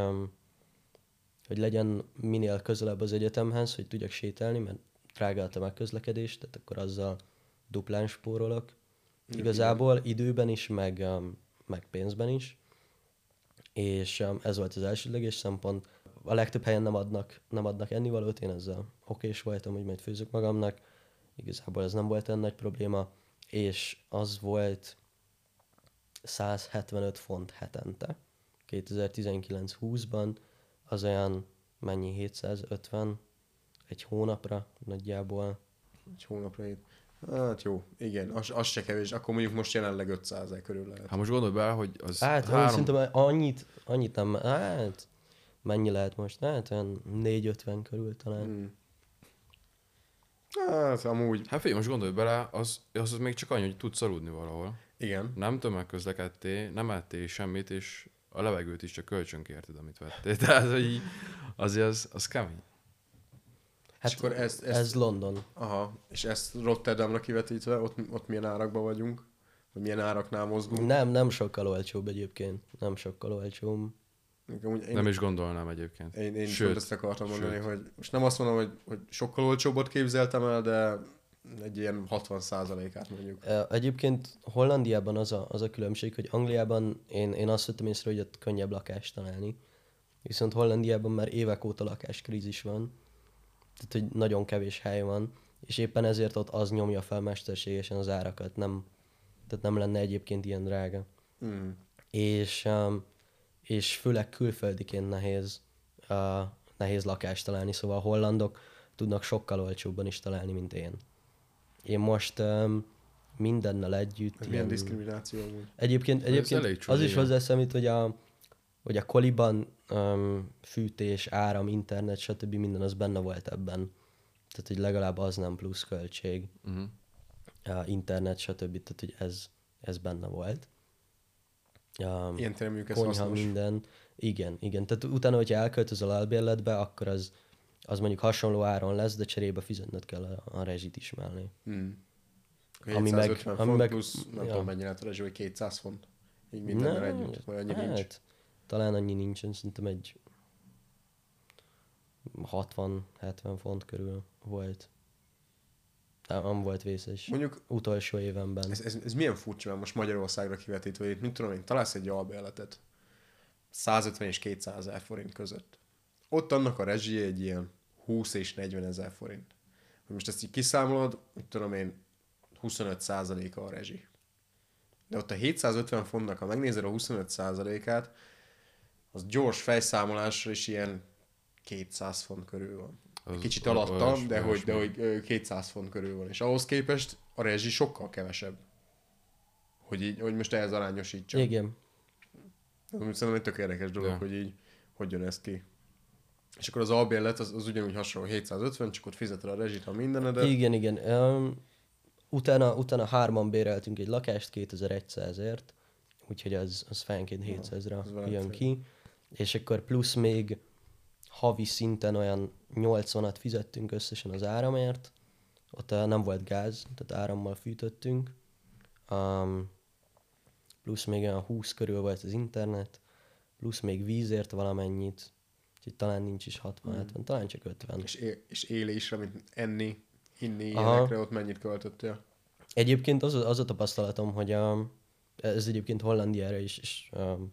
legyen minél közelebb az egyetemhez, hogy tudjak sétálni, mert drága a tömegközlekedés, tehát akkor azzal duplán spórolok. Igazából időben is, meg pénzben is. És ez volt az elsődleges szempont. a legtöbb helyen nem adnak ennivalót, én ezzel okés voltam, hogy majd főzök magamnak. Igazából ez nem volt olyan nagy probléma, és az volt 175 font hetente. 2019-20-ban az olyan mennyi, 750 egy hónapra nagyjából. Egy hónapra itt. Hát jó, igen, az se kevés. Akkor mondjuk most jelenleg 500 körül lehet. Hát most gondolj bele, hogy az Hát szerintem annyit nem, hát mennyi lehet most? Hát olyan 450 körül talán. Hát amúgy, Hát figyelj, most gondolj bele, az még csak annyi, hogy tudsz aludni valahol. igen. Nem tömegközlekedtél, nem ettél semmit, és a levegőt is csak kölcsönkérted, amit vettél. Tehát, hogy így, azért az kemény. Hát És akkor ez London. Aha, és ezt Rotterdamra kivetítve, ott milyen árakban vagyunk? Vagy milyen áraknál mozgunk? Nem sokkal olcsóbb egyébként. Nem sokkal olcsóbb. Nem is gondolnám egyébként. Én is pont ezt akartam mondani, hogy most nem azt mondom, hogy sokkal olcsóbbot képzeltem el, de egy ilyen 60%-át mondjuk. Egyébként Hollandiában az a különbség, hogy Angliában én azt vettem észre, hogy ott könnyebb lakást találni. Viszont Hollandiában már évek óta lakáskrízis van. Tehát, hogy nagyon kevés hely van, és éppen ezért ott az nyomja fel mesterségesen az árakat. Tehát nem lenne egyébként ilyen drága. És főleg külföldiként nehéz lakást találni, szóval a hollandok tudnak sokkal olcsóbban is találni, mint én. Én most mindennel együtt... Milyen diszkrimináció amúgy? Egyébként az is hozzászámít, hogy a koliban fűtés, áram, internet, stb. Minden az benne volt ebben. Tehát, hogy legalább az nem plusz költség. Internet, stb. Tehát, hogy ez benne volt. Ilyen teremjük ez konyha, hasznos. minden. Igen. Tehát utána, hogyha elköltözöl albérletbe, akkor az mondjuk hasonló áron lesz, de cserébe fizetned kell a rezsit is mellé. 750 font plusz, nem tudom mennyire lehet a rezsi, hogy 200 font. Így mindennel együtt, vagy annyi nincs. Talán annyi nincsen, szerintem egy 60-70 font körül volt. Nem volt vészes. Mondjuk utolsó évenben. Ez milyen furcsa, mert most Magyarországra kivetítve, hogy mit tudom én, találsz egy albérletet 150 és 200 ezer forint között. Ott annak a rezsie egy ilyen 20 és 40 ezer forint. Hogy most ezt így kiszámolod, mit tudom én, 25%-a a rezsi. De ott a 750 fontnak, ha megnézed a 25%-át, az gyors fejszámolásra is ilyen 200 font körül van. Kicsit alattam, de hogy 200 font körül van. És ahhoz képest a rezsi sokkal kevesebb. Hogy most ehhez arányosítsam. Igen. Szerintem egy tök érdekes dolog, hogy így hogy jön ez ki. És akkor az albérlet az ugyanúgy hasonló 750, csak ott fizeted a rezsit, a mindenedet. Igen. Utána 3-an béreltünk egy lakást 2100-ért, úgyhogy az fejenként 700-ra jön ki. És akkor plusz még havi szinten olyan 80-at fizettünk összesen az áramért. Ott nem volt gáz, tehát árammal fűtöttünk. Plusz még olyan 20 körül volt az internet, plusz még vízért valamennyit, úgyhogy talán nincs is 60-70, talán csak 50. És élésre, mint enni, inni, ilyenekre ott mennyit költöttél? Egyébként az a tapasztalatom, hogy ez egyébként Hollandiára is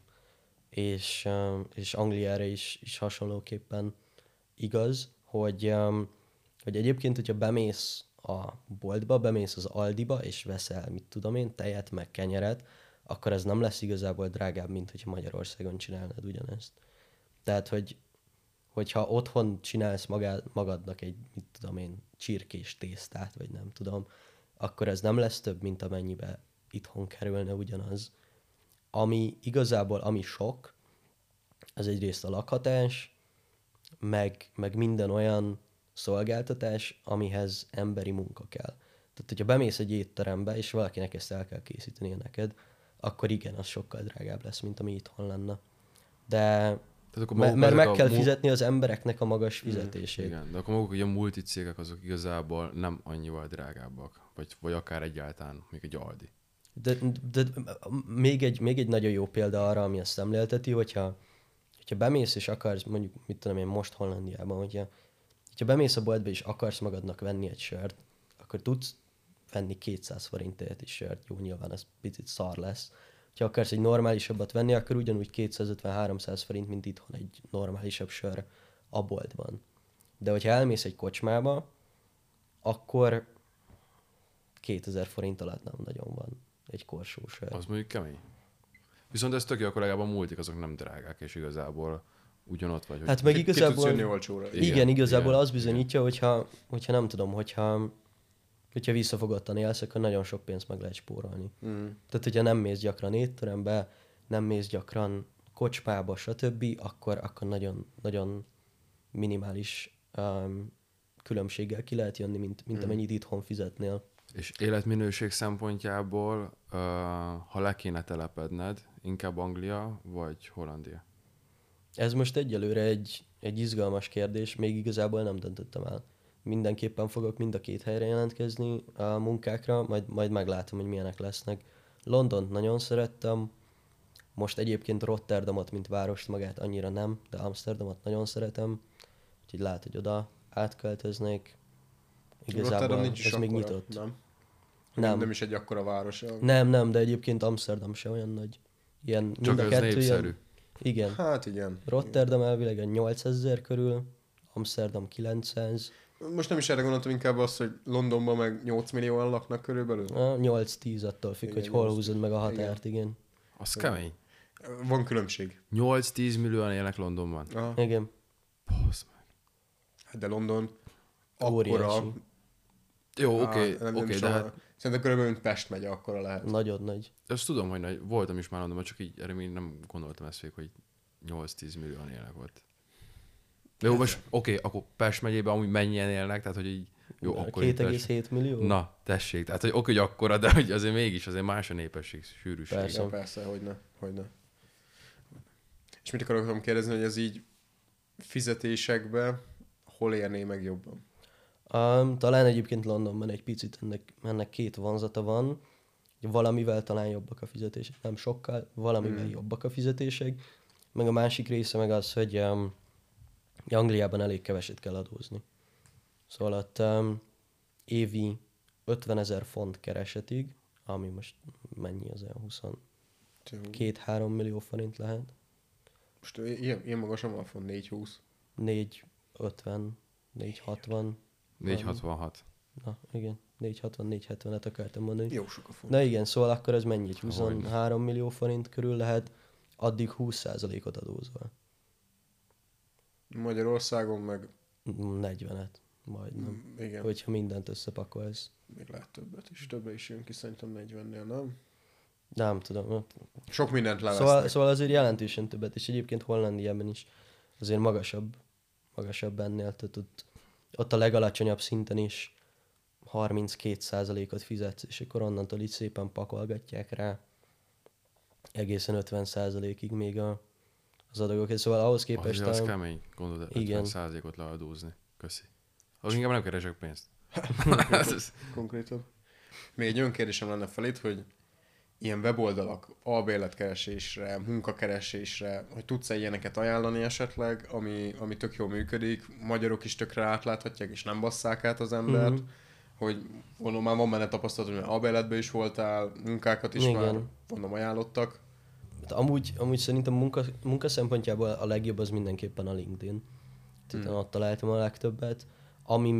és Angliára is hasonlóképpen igaz, hogy egyébként, hogyha bemész a boltba, bemész az Aldiba, és veszel, mit tudom én, tejet, meg kenyeret, akkor ez nem lesz igazából drágább, mint hogyha Magyarországon csinálnád ugyanezt. Tehát, hogyha otthon csinálsz magadnak egy, mit tudom én, csirkés tésztát, vagy nem tudom, akkor ez nem lesz több, mint amennyibe itthon kerülne ugyanaz. Ami sok, az egyrészt a lakhatás, meg minden olyan szolgáltatás, amihez emberi munka kell. Tehát, hogyha bemész egy étterembe, és valakinek ezt el kell készítenie neked, akkor igen, az sokkal drágább lesz, mint ami itthon lenne. De mert meg kell fizetni az embereknek a magas fizetését. Igen, de akkor maguk ugye a multicégek azok igazából nem annyival drágábbak, vagy akár egyáltalán, még egy Aldi. De még egy nagyon jó példa arra, ami ezt szemlélteti, hogyha bemész és akarsz, mondjuk, mit tudom én, most Hollandiában, hogyha bemész a boltba és akarsz magadnak venni egy sört, akkor tudsz venni 200 forintért is sört. Jó, nyilván ez picit szar lesz. ha akarsz egy normálisabbat venni, akkor ugyanúgy 250-300 forint, mint itthon egy normálisabb sör a boltban. De hogyha elmész egy kocsmába, akkor 2000 forint alatt nem nagyon van egy korsó sör. Az mondjuk kemény. Viszont ez tök jó, akkor legalább a multik azok nem drágák, és igazából ugyanott vagy. Hát meg Ki tudsz jönni igazából... olcsóra. Igen, igazából igen, az bizonyítja, hogyha nem tudom, hogyha visszafogottan élsz, akkor nagyon sok pénzt meg lehet spórolni. Tehát, hogyha nem mész gyakran étterembe, nem mész gyakran kocsmába, stb., akkor nagyon, nagyon minimális különbséggel ki lehet jönni, mint amennyit itthon fizetnél. És életminőség szempontjából, ha le kéne telepedned, inkább Anglia vagy Hollandia? Ez most egyelőre egy izgalmas kérdés, még igazából nem döntöttem el. Mindenképpen fogok mind a két helyre jelentkezni a munkákra, majd meglátom, hogy milyenek lesznek. Londont nagyon szerettem, most egyébként Rotterdamot, mint várost magát annyira nem, de Amsterdamot nagyon szeretem, úgyhogy lehet, hogy oda átköltöznék. Igazából nincs is ez még akkora, nyitott. Nem. Nem is egy akkora város. Nem, de egyébként Amsterdam se olyan nagy. Ilyen, Csak mind a ez kettő népszerű. ilyen, igen. Hát igen. Rotterdam elvileg 800 000 körül, Amsterdam 900, Most nem is erre gondoltam, inkább az, hogy Londonban meg 8 millióan laknak körülbelül. 8-10 attól függ, Igen, hogy hol 8-10. húzod meg a határt, igen. Az kemény. Van különbség. 8-10 millióan élnek Londonban. Aha. Igen, Basz meg. Hát de London óriási. akkora... Jó, oké, nem oké, is de olyan. hát Szerintem körülbelül mint Pest megye akkora lehet. Nagyon nagy. ezt tudom, hogy nagy, voltam is már Londonban, csak így erre még nem gondoltam ezt végig, hogy 8-10 millióan élnek ott. Jó, most oké, akkor Pest megyében amúgy mennyien élnek, tehát hogy így jó, akkor így Pest- 2,7 millió? Na, tessék, tehát hogy oké, hogy akkora, de hogy azért mégis azért más a népesség sűrűség. Persze. Ja, persze, hogyne. És mit akarok kérdezni, hogy ez így fizetésekbe hol érné meg jobban? Talán egyébként Londonban egy picit ennek két vonzata van. Valamivel talán jobbak a fizetések, nem sokkal, valamivel jobbak a fizetések. Meg a másik része meg az, hogy Angliában elég keveset kell adózni. Szóval ott évi 50 000 font keresetig, ami most mennyi az olyan 22-3 millió forint lehet. Most ilyen magasan van font 4-20. 450, 460. 466. Na, igen, 460-470-et akartam mondani. Jó sok a font. Na igen, szóval akkor ez mennyi? 23 millió forint körül lehet, addig 20%-ot adózol. Magyarországon meg 40-et, majdnem. igen, Hogyha mindent összepakolsz. még lehet többet is. Többre is jön ki szerintem 40-nél, nem? Nem tudom. Sok mindent levesznek. Szóval azért jelentősen többet, és egyébként Hollandiában is azért magasabb ennél, tehát ott a legalacsonyabb szinten is 32%-ot fizetsz, és akkor onnantól így szépen pakolgatják rá egészen 50%-ig még az adagok. Szóval ahhoz képest... Az kemény, gondolod, igen. 50%-ot leadózni. Köszi. Az inkább nem keresek pénzt. Konkrétan. Még egy olyan kérdésem lenne felét, hogy ilyen weboldalak albérletkeresésre, munkakeresésre, hogy tudsz-e ilyeneket ajánlani esetleg, ami tök jól működik, magyarok is tökre átláthatják, és nem basszák át az embert, hogy mondom, már van benne tapasztalat, hogy albérletben is voltál, munkákat is Igen. már, mondom, ajánlottak. Amúgy szerintem munka szempontjából a legjobb az mindenképpen a LinkedIn. Tehát ott találtam a legtöbbet. Ami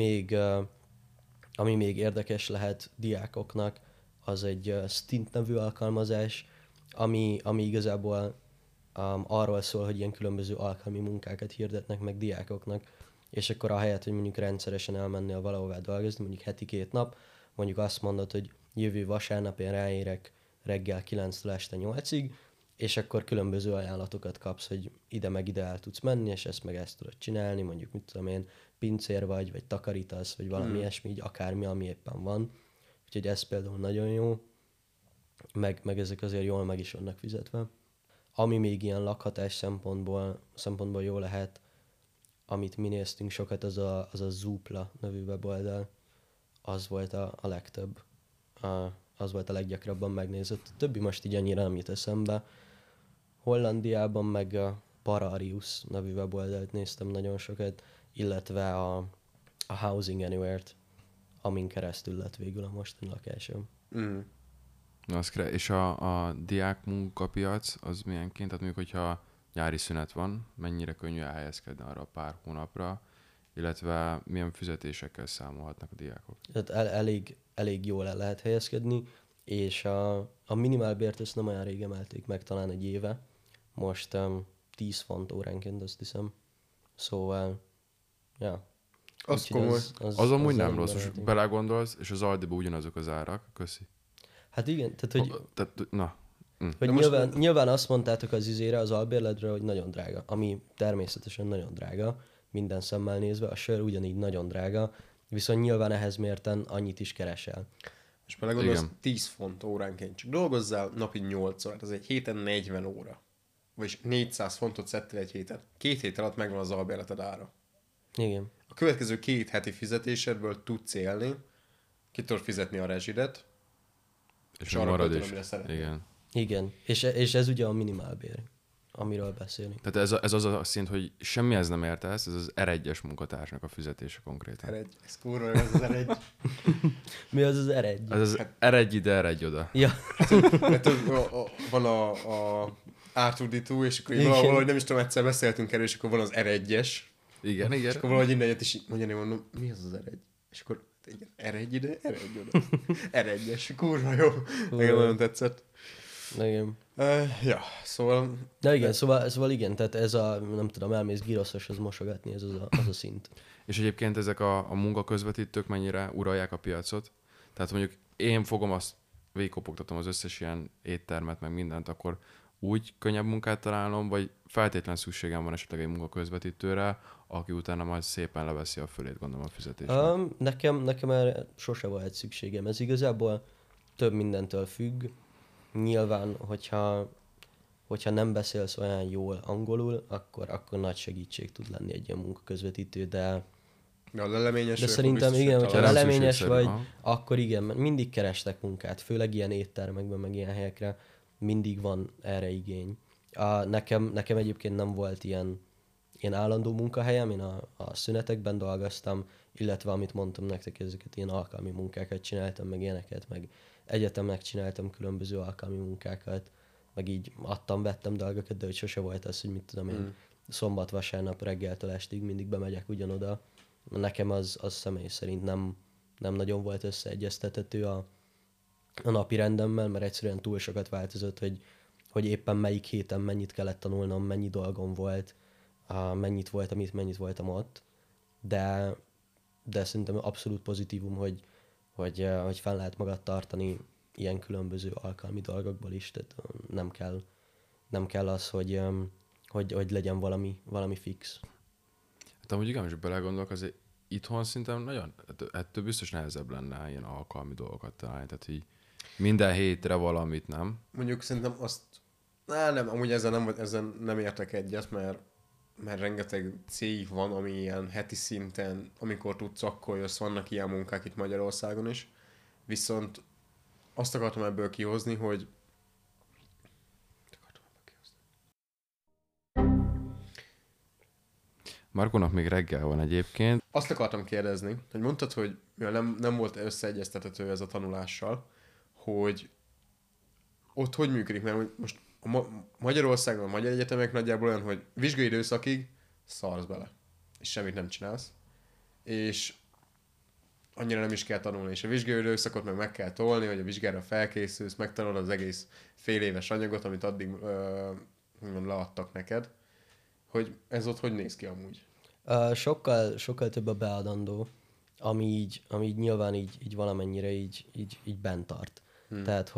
még érdekes lehet diákoknak, az egy Stint nevű alkalmazás, ami igazából arról szól, hogy ilyen különböző alkalmi munkákat hirdetnek meg diákoknak, és akkor ahelyett, hogy mondjuk rendszeresen elmennél valahová dolgozni, mondjuk heti 2 nap, mondjuk azt mondod, hogy jövő vasárnap én ráérek reggel 9-től este 8-ig, és akkor különböző ajánlatokat kapsz, hogy ide meg ide el tudsz menni, és ezt meg ezt tudod csinálni, mondjuk mit tudom én, pincér vagy takarítasz, vagy valami ilyesmi, így akármi, ami éppen van. Úgyhogy ez például nagyon jó, meg ezek azért jól meg is vannak fizetve. Ami még ilyen lakhatás szempontból jó lehet, amit mi néztünk sokat, az a Zoopla nevű weboldal, az volt a legtöbb, az volt a leggyakrabban megnézett. A többi most így annyira nem jut eszembe. Hollandiában meg a Pararius nevű weboldalt néztem nagyon sokat, illetve a Housing Anywhere-t, amin keresztül lett végül a mostani lakásom. És a diák munkapiac az milyenként? Tehát mondjuk, hogyha nyári szünet van, mennyire könnyű elhelyezkedni arra a pár hónapra, illetve milyen fizetésekkel számolhatnak a diákok? Tehát elég jól el lehet helyezkedni, és a minimálbért ezt nem olyan rég emelték meg, talán egy éve. Most 10 font óránként, azt hiszem. Szóval, ja. Az Úgyhogy komoly. Az amúgy nem elég rossz, most baráti. belegondolsz, és az Aldiban ugyanazok az árak, köszi. Hát igen, tehát hogy most- nyilván azt mondtátok az izére, az albérletről, hogy nagyon drága, ami természetesen nagyon drága, minden szemmel nézve, a sör ugyanígy nagyon drága, viszont nyilván ehhez mérten annyit is keresel. És belegondolsz, Igen. 10 font óránként csak dolgozzál, napi 8 órát, az egy héten 40 óra. Vagyis 400 fontot szedtél egy héten. 2 hét alatt megvan az albérleted ára. Igen. A következő 2 heti fizetésedből tudsz élni, ki tudod fizetni a rezsidet, És arra marad költöd, is. amire szeretnél. Igen. Igen. És ez ugye a minimálbér, amiről beszélünk. Tehát ez az a szint, hogy semmihez nem értesz, ez az R1-es munkatársnak a fizetése konkrétan. Eredj, ez kurva, jó, ez az eredj. Mi az az eredj? Ez az R1 ide, R1 oda. Ja, Mert tudod, van a R2D2, és akkor így Igen. valahogy nem is tudom, egyszer beszéltünk erről, és akkor van az R1-es, Igen, és igen. akkor valahogy innen jött, és mondjani mondom, mi az az R1? És akkor igen, R1 ide, R1 oda. R1-es, kurva jó. Nekem nagyon tetszett. igen. Ja, szóval Na igen, szóval igen, tehát ez a, nem tudom, elmész giroszoshoz mosogatni, ez az a szint. És egyébként ezek a munkaközvetítők mennyire uralják a piacot? Tehát mondjuk én fogom azt, végigkopogtatom az összes ilyen éttermet, meg mindent, akkor úgy könnyebb munkát találnom, vagy feltétlen szükségem van esetleg egy munkaközvetítőre, aki utána majd szépen leveszi a fölét, gondolom, a fizetésnek. Nekem erre sose volt szükségem. Ez igazából több mindentől függ. Nyilván, hogyha nem beszélsz olyan jól angolul, akkor nagy segítség tud lenni egy ilyen munkaközvetítő, de a leleményes De vagy, szerintem akkor biztos, igen, hogy hogyha nem találsz. leleményes szükségszerű, vagy, aha. akkor igen, mert mindig kerestek munkát, főleg ilyen éttermekben, meg ilyen helyekre, mindig van erre igény. Nekem egyébként nem volt ilyen állandó munkahelyem, én a szünetekben dolgoztam, illetve amit mondtam nektek, ezeket ilyen alkalmi munkákat csináltam, meg ilyeneket, meg egyetemnek csináltam különböző alkalmi munkákat, meg így vettem dolgokat, de hogy sose volt az, hogy mit tudom én, szombat-vasárnap reggeltől estig mindig bemegyek ugyanoda. Nekem az személy szerint nem nagyon volt összeegyeztethető a napi rendemmel, mert egyszerűen túl sokat változott, hogy éppen melyik héten mennyit kellett tanulnom, mennyi dolgom volt, mennyit voltam itt, mennyit voltam ott, de szerintem abszolút pozitívum, hogy fenn lehet magad tartani ilyen különböző alkalmi dolgokból is, tehát nem kell az, hogy legyen valami fix. Hát amúgy igen, és belegondolok, azért itthon szerintem nagyon, ettől biztos nehezebb lenne ilyen alkalmi dolgokat találni, tehát így minden hétre valamit, nem? Mondjuk szerintem azt... nem, amúgy ezzel nem értek egyet, mert rengeteg cég van, ami ilyen heti szinten, amikor tudsz, akkor jössz, vannak ilyen munkák itt Magyarországon is. Viszont azt akartam ebből kihozni, hogy Markónak még reggel van egyébként. azt akartam kérdezni, hogy mondtad, hogy mivel nem volt összeegyeztethető ez a tanulással, hogy ott hogy működik, mert hogy most Magyarországon a magyar egyetemek nagyjából olyan, hogy vizsgai időszakig szarsz bele, és semmit nem csinálsz, és annyira nem is kell tanulni, és a vizsgai időszakot meg kell tolni, hogy a vizsgára felkészülsz, megtanulod az egész fél éves anyagot, amit addig leadtak neked, hogy ez ott hogy néz ki amúgy? Sokkal több a beadandó, ami így nyilván így valamennyire így bent tart. Tehát,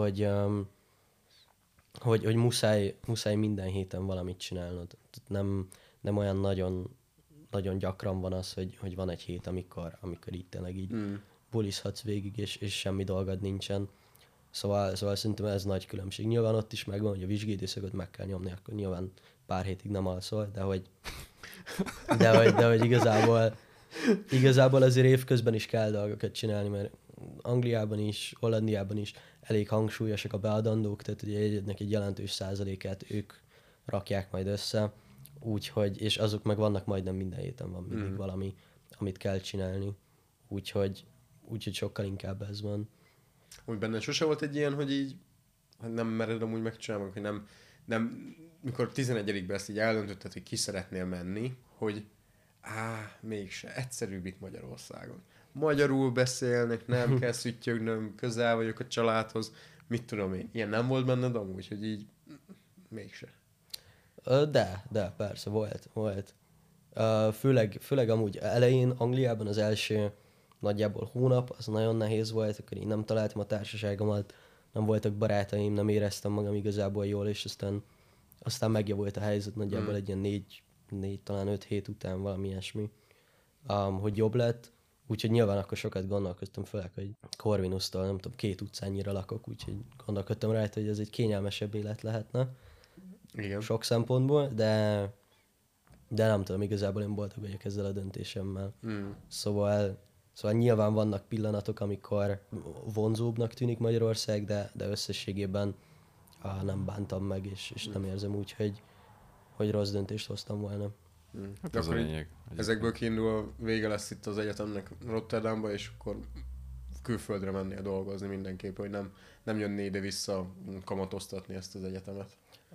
hogy muszáj minden héten valamit csinálnod. Tehát nem olyan nagyon gyakran van az, hogy van egy hét, amikor így tényleg így bulizhatsz végig, és semmi dolgod nincsen. Szóval szerintem ez nagy különbség. Nyilván ott is megvan, hogy a vizsgai időszakot meg kell nyomni, akkor nyilván pár hétig nem alszol, de hogy igazából azért évközben is kell dolgokat csinálni, mert Angliában is, Hollandiában is elég hangsúlyosak a beadandók, tehát ugye egyednek egy jelentős százalékát ők rakják majd össze, úgyhogy, és azok meg vannak majdnem minden héten van mindig valami, amit kell csinálni, úgyhogy sokkal inkább ez van. Úgy benne sose volt egy ilyen, hogy így nem mered amúgy megcsinálni, hogy nem, mikor 11-ben ezt így eldöntötted, hogy ki szeretnél menni, hogy mégse, egyszerűbb itt Magyarországon. Magyarul beszélnek, nem kell szüttyögnöm, közel vagyok a családhoz, mit tudom én. Ilyen nem volt benned amúgy, hogy így mégse. De, persze, volt. Főleg amúgy elején Angliában az első nagyjából hónap, az nagyon nehéz volt, akkor én nem találtam a társaságomat, nem voltak barátaim, nem éreztem magam igazából jól, és aztán megjavult a helyzet nagyjából egy ilyen 4 talán 5 hét után, valami ilyesmi, hogy jobb lett. Úgyhogy nyilván akkor sokat gondolkoztam, főleg, hogy Corvinusztól, nem tudom, 2 utcányira lakok, úgyhogy gondolkodtam rajta, hogy ez egy kényelmesebb élet lehetne. Igen. Sok szempontból, de nem tudom, igazából én boldog vagyok ezzel a döntésemmel. Szóval nyilván vannak pillanatok, amikor vonzóbbnak tűnik Magyarország, de összességében nem bántam meg, és nem érzem úgy, hogy rossz döntést hoztam volna. Hát ez a lényeg. Ezekből kiindulva vége lesz itt az egyetemnek Rotterdamba, és akkor külföldre mennél dolgozni mindenképp, hogy nem jönné ide-vissza kamatoztatni ezt az egyetemet.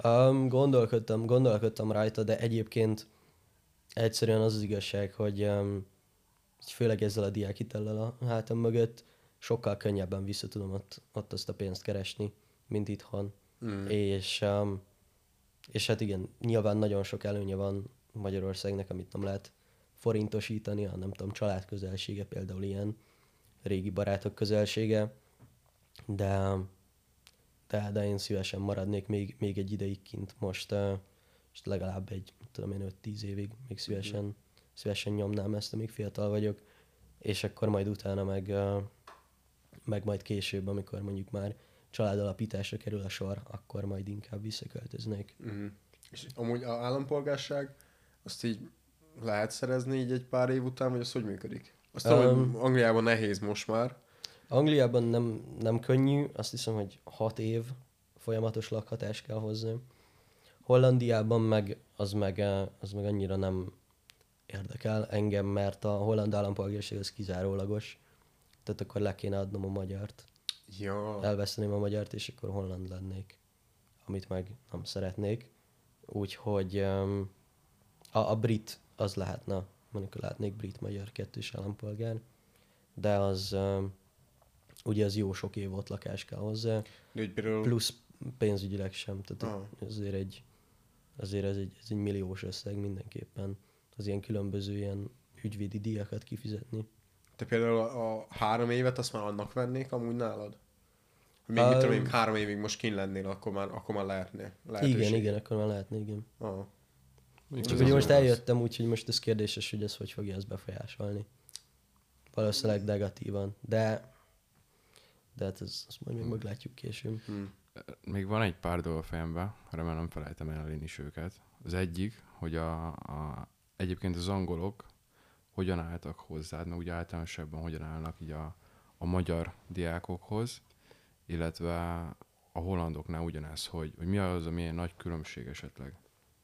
Gondolkodtam rajta, de egyébként egyszerűen az igazság, hogy főleg ezzel a diákhitellel a hátam mögött sokkal könnyebben vissza tudom ott azt a pénzt keresni, mint itthon. És hát igen, nyilván nagyon sok előnye van Magyarországnak, amit nem lehet forintosítani, nem tudom, család közelsége például ilyen, régi barátok közelsége, de én szívesen maradnék még egy ideig kint most legalább egy, tudom én, 5-10 évig még szívesen nyomnám ezt, amíg fiatal vagyok, és akkor majd utána meg majd később, amikor mondjuk már családalapításra kerül a sor, akkor majd inkább visszaköltöznék. És amúgy az állampolgárság, azt így lehet szerezni így egy pár év után, vagy az hogy működik? Azt tudom, hogy Angliában nehéz most már. Angliában nem könnyű, azt hiszem, hogy 6 év folyamatos lakhatás kell hozzá. Hollandiában meg annyira nem érdekel engem, mert a holland állampolgárság az kizárólagos. Tehát akkor le kéne adnom a magyart. Ja. Elveszteném a magyart, és akkor holland lennék. Amit meg nem szeretnék. Úgyhogy a brit az lehetne. Mondjuk lehetnék brit-magyar kettős állampolgár. De az ugye az jó sok év ott lakás kell hozzá. Plusz pénzügyileg sem. Tehát azért ez egy milliós összeg mindenképpen. Az ilyen különböző ilyen ügyvédi díjakat kifizetni. Te például a 3 évet azt már annak vennék amúgy nálad? Hogy még mit tudom én, 3 évig most kint lennél, akkor már lehetne. Igen, akkor már lehetne, igen. Csak ugye most eljöttem, úgyhogy most ez kérdéses, hogy ez hogy fogja ezt befolyásolni. Valószínűleg negatívan, de hát azt majd még meglátjuk később. Még van egy pár dolog a fejemben, remélem nem felejtem el is őket. Az egyik, hogy egyébként az angolok hogyan álltak hozzád, mert úgy általánosabban hogyan állnak így a magyar diákokhoz, illetve a hollandoknál ugyanez, hogy mi az, ami ilyen nagy különbség esetleg?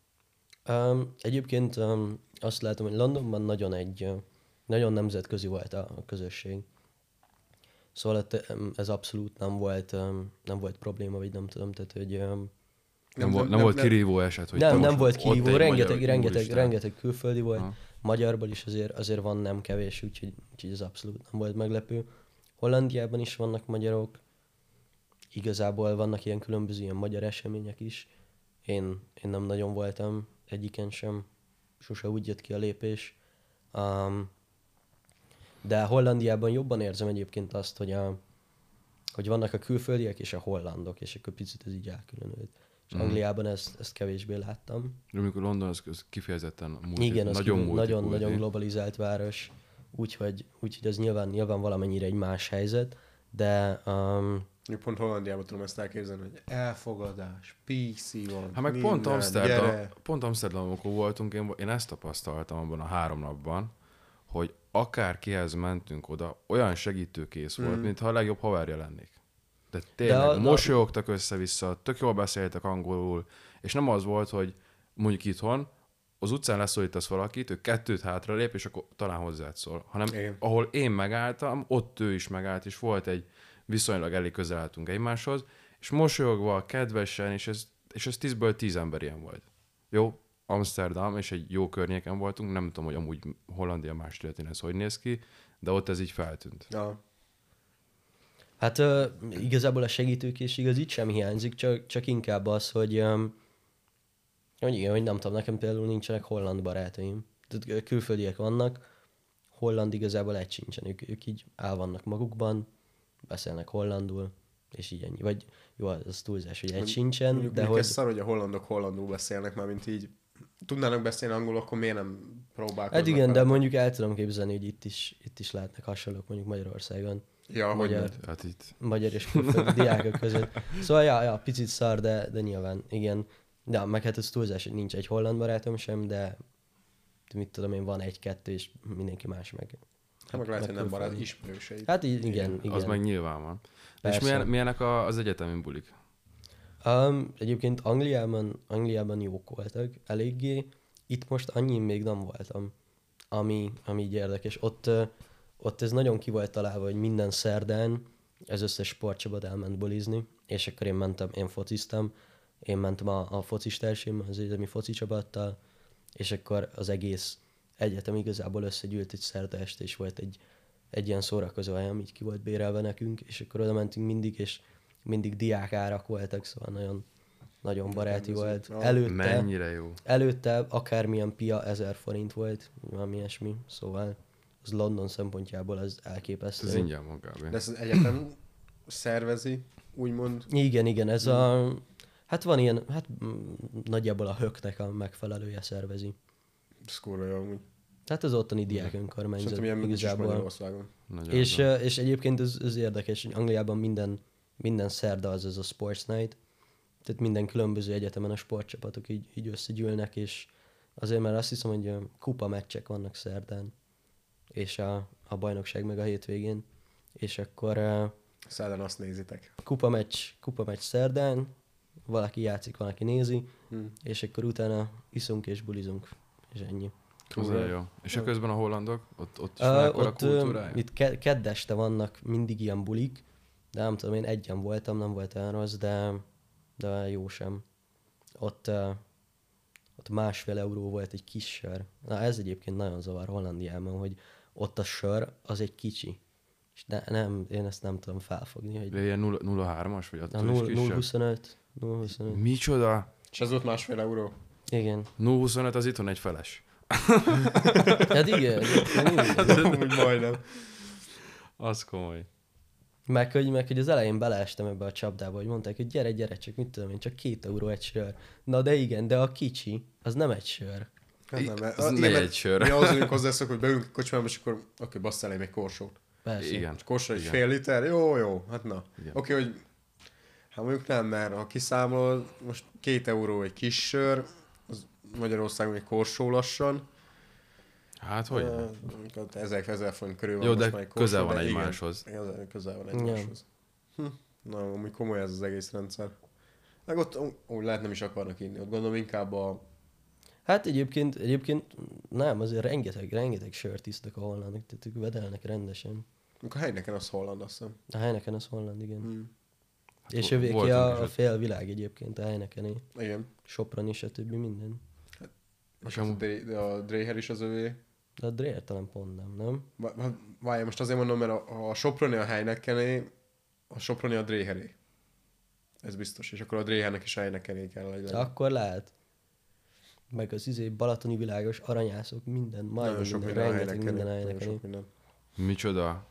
Egyébként azt látom, hogy Londonban nagyon nemzetközi volt a közösség. Szóval ez abszolút nem volt probléma, vagy nem tudom, tehát hogy... Nem volt kirívó eset, hogy nem volt kirívó, rengeteg külföldi volt, magyarból is azért van nem kevés, úgyhogy ez abszolút nem volt meglepő. Hollandiában is vannak magyarok, igazából vannak ilyen különböző ilyen magyar események is. Én nem nagyon voltam egyiken sem, sose úgy jött ki a lépés. De Hollandiában jobban érzem egyébként azt, hogy vannak a külföldiek és a hollandok, és akkor picit ez így elkülönült. És Angliában ezt kevésbé láttam. Amikor London az kifejezetten nagyon globalizált város, úgyhogy ez nyilván valamennyire egy más helyzet, de... Pont Hollandiában tudom ezt elképzelni, hogy elfogadás, PC van, hát meg pont Amsterdam, amikor voltunk, én ezt tapasztaltam abban a 3 napban, hogy akár kihez mentünk oda, olyan segítőkész volt, mintha a legjobb haverja lennék. De tényleg mosolyogtak össze-vissza, tök jól beszéltek angolul, és nem az volt, hogy mondjuk itthon, az utcán leszólítasz valakit, ő 2 hátra lép, és akkor talán hozzád szól. Hanem ahol én megálltam, ott ő is megállt, és volt egy viszonylag elég közel álltunk egymáshoz, és mosolyogva, kedvesen, és ez 10-ből 10 ember ilyen volt. Jó, Amsterdam, és egy jó környéken voltunk, nem tudom, hogy amúgy Hollandia más területén ez hogy néz ki, de ott ez így feltűnt. Ja. Hát igazából a segítőkészség az itt sem hiányzik, csak inkább az, hogy igen, hogy nem tudom, nekem például nincsenek holland barátaim. Tehát külföldiek vannak, holland igazából egy sincsen, ők így el vannak magukban, beszélnek hollandul, és így ennyi. Vagy jó, az túlzás, hogy egy sincsen, Mondjuk de hogy... ez szar, hogy a hollandok hollandul beszélnek, már mint így tudnának beszélni angolul, akkor miért nem próbálkoznak? Hát igen, de vele? mondjuk el tudom képzelni, hogy itt is lehetnek hasonlók mondjuk Magyarországon. Ja, hogy magyar, nem. Hát itt magyar és külföldi diákok között. Szóval ja, picit szar, de nyilván, igen. De meg hát ez túlzás, hogy nincs egy holland barátom sem, de mit tudom én, van egy-kettő, és mindenki más meg. Hát meg lehet, hogy nem barát, külföldi. ismerőseid. Hát igen. az meg nyilván van. Persze. És milyenek az egyetemi bulik? Egyébként Angliában jók voltak eléggé. Itt most annyin még nem voltam, ami így érdekes. Ott ez nagyon ki volt találva, hogy minden szerdán az összes sportcsapat elment bulizni, és akkor én fociztam, én mentem a focistársaim, az egyetemi foci csapattal, és akkor az egész egyetem igazából összegyűlt egy szerda este, és volt egy ilyen szórakozó hely, így ki volt bérelve nekünk, és akkor oda mentünk mindig, és mindig diák árak voltak, szóval nagyon, nagyon baráti volt. Mennyire jó. Előtte akármilyen pia 1000 forint volt, valami ilyesmi, szóval az London szempontjából az elképesztő. Ez ingyen van kb. De ezt az egyetem szervezi, úgymond. Igen, ez hát van ilyen, nagyjából a höknek a megfelelője szervezi. Ez kurva jó amúgy. Tehát az ottani diák önkormányzat Szerintem ilyen is igazából. Magyarországon. Nagyon És egyébként ez érdekes, hogy Angliában minden szerda az a sports night, tehát minden különböző egyetemen a sportcsapatok így összegyűlnek, és azért már azt hiszem, hogy kupa meccsek vannak szerdán, és a bajnokság meg a hétvégén, és akkor Szerdán azt nézitek. kupa meccs szerdán, valaki játszik, valaki nézi, és akkor utána iszunk és bulizunk, és ennyi. Az nagyon jó. És a közben a hollandok? Ott is van ekkora kultúrája? Itt kedd este vannak mindig ilyen bulik, de nem tudom, én egyen voltam, nem volt olyan rossz, de jó sem. Ott 1,5 euró volt egy kis sör. Na ez egyébként nagyon zavar Hollandiában, hogy ott a sör az egy kicsi. És én ezt nem tudom felfogni, hogy De ilyen 0,3-as vagy a attól is kisebb? 0,25. Micsoda? És ez volt 1,5 euró. Igen. 0,25 az itthon egy feles. Hát igen. Úgy majdnem. Az komoly. Meg hogy az elején beleestem ebbe a csapdába, hogy mondták, hogy gyere, csak mit tudom én, csak 2 euró egy sör. Na de igen, de a kicsi, az nem egy sör. Hát nem, mert Az igen, ne egy sör. Mi az vagyunk hozzászok, hogy beülünk a kocsmába, és akkor oké, basszál elém egy korsót. Persze. Igen. Korsó egy Igen. fél liter, jó, hát na. Igen. Oké, hogy hát mondjuk nem, mert ha kiszámolod, most 2 euró egy kis sör, az Magyarországon egy korsó lassan. Hát hogy? 1000 forint körül van Jó, most de már egy közel korsó, van de egymáshoz. Igen, közel van egymáshoz. Na, amúgy komoly ez az egész rendszer. Meg ott úgy lehet nem is akarnak inni, ott gondolom inkább a... Hát egyébként nem, azért rengeteg sört isznak a hollandok, tehát ők vedelnek rendesen. A helyneken az holland, azt hiszem. A Heineken az holland, igen. Hát És övéké voltunk is a ott. fél világ egyébként, a Heinekené. Igen. Sopron is, a többi minden. És a Dreher is az övé. De a Dreher talán pont nem? Várjál, most azért mondom, mert a Soproni a Heinekené, a Soproni a Dreheré. Ez biztos, és akkor a Drehernek is a Heinekené kell legyen. Akkor lehet. Meg az balatoni világos aranyászok, minden, majdnem minden, rengeteg minden a Heinekené. minden. Micsoda?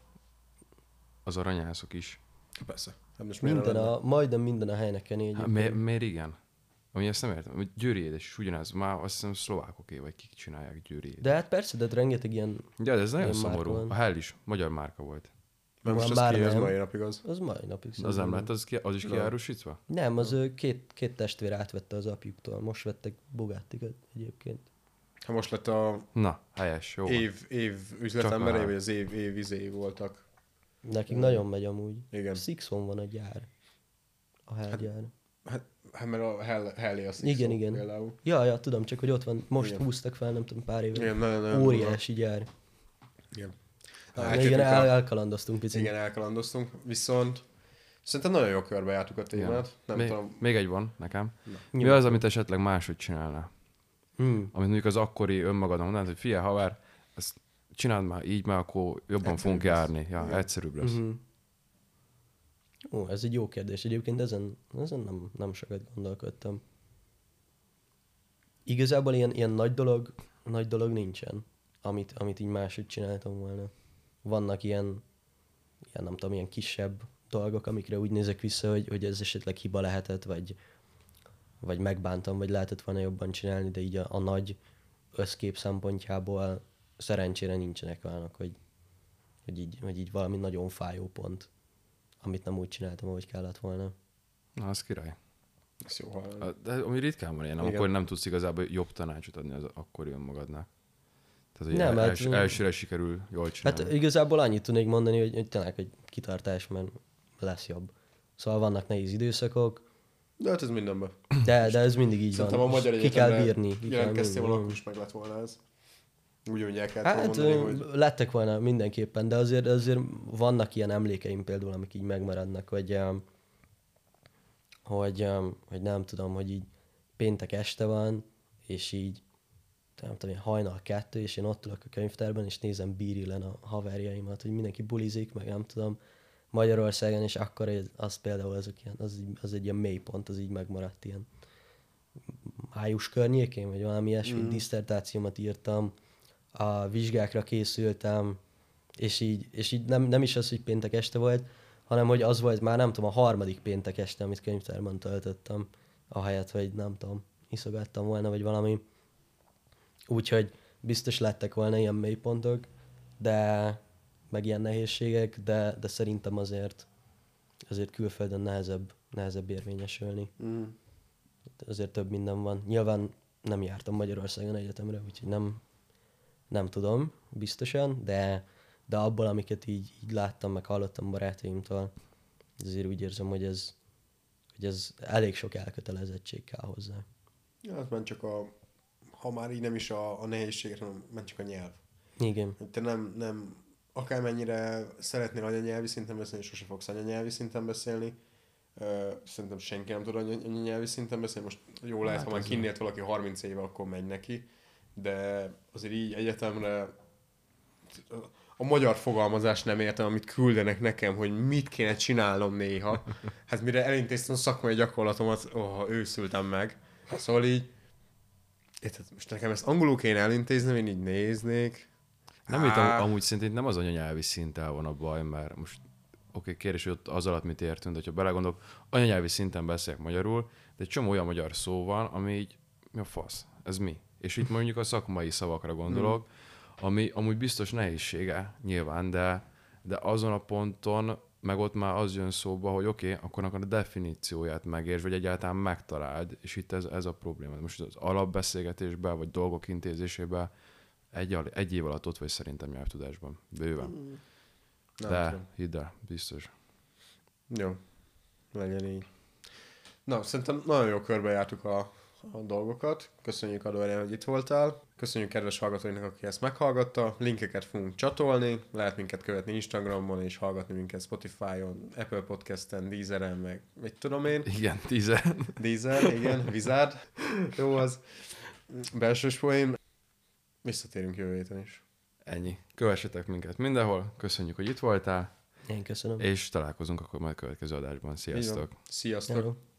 Az aranyászok is. Persze. Hát most miért ne lenne? Majdnem minden a Heinekené. Hát, miért igen? Ami ezt nem értem, hogy Győri édes is ugyanaz, már azt hiszem szlovákoké, vagy kik csinálják Győri édes. De hát persze, de rengeteg ilyen, Ja, de ez nagyon ilyen szomorú. márka van. A Hell is magyar márka volt. Mert most Már ez ki, ez nem. mai napig az. az mai napig Az szerintem. nem lett, az is kiárusítva? Nem, az két testvér átvette az apjuktól. Most vettek Bugattikat egyébként. Ha most lett a Na, helyes, jó. év üzletemberei, már. vagy az év izéi voltak. Nekik nagyon megy amúgy. Igen. Sixon van a gyár. A Hell gyár. Hát mert a Hellé a Sixo Igen. például. Ja, tudom, csak hogy ott van. Most Igen. húztak fel, nem tudom, pár éve. Igen, nagyon Óriási gyár. Igen. Igen, elkalandoztunk picit. Igen, elkalandoztunk. Viszont Szerintem nagyon jó körbejártuk a témát. Nem tudom. Még egy van nekem. Na. Mi az, amit esetleg máshogy csinálnál? Hmm. Amit mondjuk az akkori önmagadon mondanád, hogy figyelj, haver, ezt csináld már így, mert akkor jobban fogunk lesz. járni. Ja, egyszerűbb lesz. Mhm. Ó, ez egy jó kérdés. Egyébként ezen nem sokat gondolkodtam. Igazából ilyen nagy dolog nincsen, amit így máshogy csináltam volna. Vannak ilyen nem tudom, ilyen kisebb dolgok, amikre úgy nézek vissza, hogy ez esetleg hiba lehetett, vagy megbántam, vagy lehetett volna jobban csinálni, de így a nagy összkép szempontjából szerencsére nincsenek olyanok, hogy így valami nagyon fájó pont, amit nem úgy csináltam, ahogy kellett volna. Na, az király. Ez jó hallani. De ami ritkán van ilyen, Igen. akkor nem tudsz igazából jobb tanácsot adni az akkori önmagadnak. Tehát, hogy Nem, elsőre sikerül jól csinálni. Hát igazából annyit tudnék mondani, hogy tényleg egy kitartás, mert lesz jobb. Szóval vannak nehéz időszakok, De hát ez mindenben. de ez mindig így Szerintem van. a magyar Ki kell egyetemre bírni. jelentkeztél volna, akkor is meg lett volna ez. Úgy el kell Hát mondani, hogy... lettek volna mindenképpen, de azért vannak ilyen emlékeim például, amik így megmaradnak, hogy nem tudom, hogy így péntek este van, és így nem tudom, hajnal 2, és én ott ülök a könyvtárban, és nézem Bírilen a haverjaimat, hogy mindenki bulizik, meg nem tudom, Magyarországon, és akkor az például az egy ilyen mélypont, az így megmaradt ilyen május környékén, vagy valami ilyesmi disszertációmat írtam, a vizsgákra készültem, és így nem is az, hogy péntek este volt, hanem hogy az volt már nem tudom, a harmadik péntek este, amit könyvtárban töltöttem, ahelyett, hogy nem tudom, iszogattam volna, vagy valami. Úgyhogy biztos lettek volna ilyen mélypontok, meg ilyen nehézségek, de szerintem azért külföldön nehezebb érvényesülni. Azért több minden van. Nyilván nem jártam Magyarországon egyetemre, úgyhogy nem tudom biztosan, de abból, amiket így láttam, meg hallottam barátaimtól, azért úgy érzem, hogy ez elég sok elkötelezettség kell hozzá. Ja, hát ment csak ha már így nem is a nehézség, hanem ment csak a nyelv. Igen. Hogy te nem akármennyire szeretnél anyanyelvi szinten beszélni, sose fogsz anyanyelvi szinten beszélni. Szerintem senki nem tud anyanyelvi szinten beszélni. Most jó lehet, ha már kinnélt valaki 30 éve, akkor megy neki. De azért így egyetemre a magyar fogalmazást nem értem, amit küldenek nekem, hogy mit kéne csinálnom néha. Hát mire elintéztem a szakmai gyakorlatomat, őszültem meg. Szóval így, érted, most nekem ezt angolul kéne elintéznem, én így néznék. Nem itt amúgy szintén nem az anyanyelvi szinten van a baj, mert most kérdés, hogy ott az alatt mit értünk, de ha belegondolok, anyanyelvi szinten beszélek magyarul, de egy csomó olyan magyar szó van, ami így, mi a fasz, ez mi? És itt mondjuk a szakmai szavakra gondolok, ami amúgy biztos nehézsége nyilván, de azon a ponton meg ott már az jön szóba, hogy akkor a definícióját megérts, vagy egyáltalán megtaláld, és itt ez a probléma. Most az alapbeszélgetésben, vagy dolgok intézésében egy év alatt ott vagy szerintem nyelvtudásban. Bőven. De hidd el, biztos. Jó, legyen így. Na, szerintem nagyon jó körbejártuk a dolgokat. Köszönjük, Adorján, hogy itt voltál. Köszönjük kedves hallgatóinak, aki ezt meghallgatta. Linkeket fogunk csatolni. Lehet minket követni Instagramon, és hallgatni minket Spotify-on, Apple Podcast-en, Deezeren, meg mit tudom én. Igen, Deezer, igen, Wizard. Jó az. Belsős poén. Visszatérünk jövő héten is. Ennyi. Kövessetek minket mindenhol. Köszönjük, hogy itt voltál. Én köszönöm. És találkozunk akkor majd a következő adásban. Sziasztok! Sziasztok! Hello.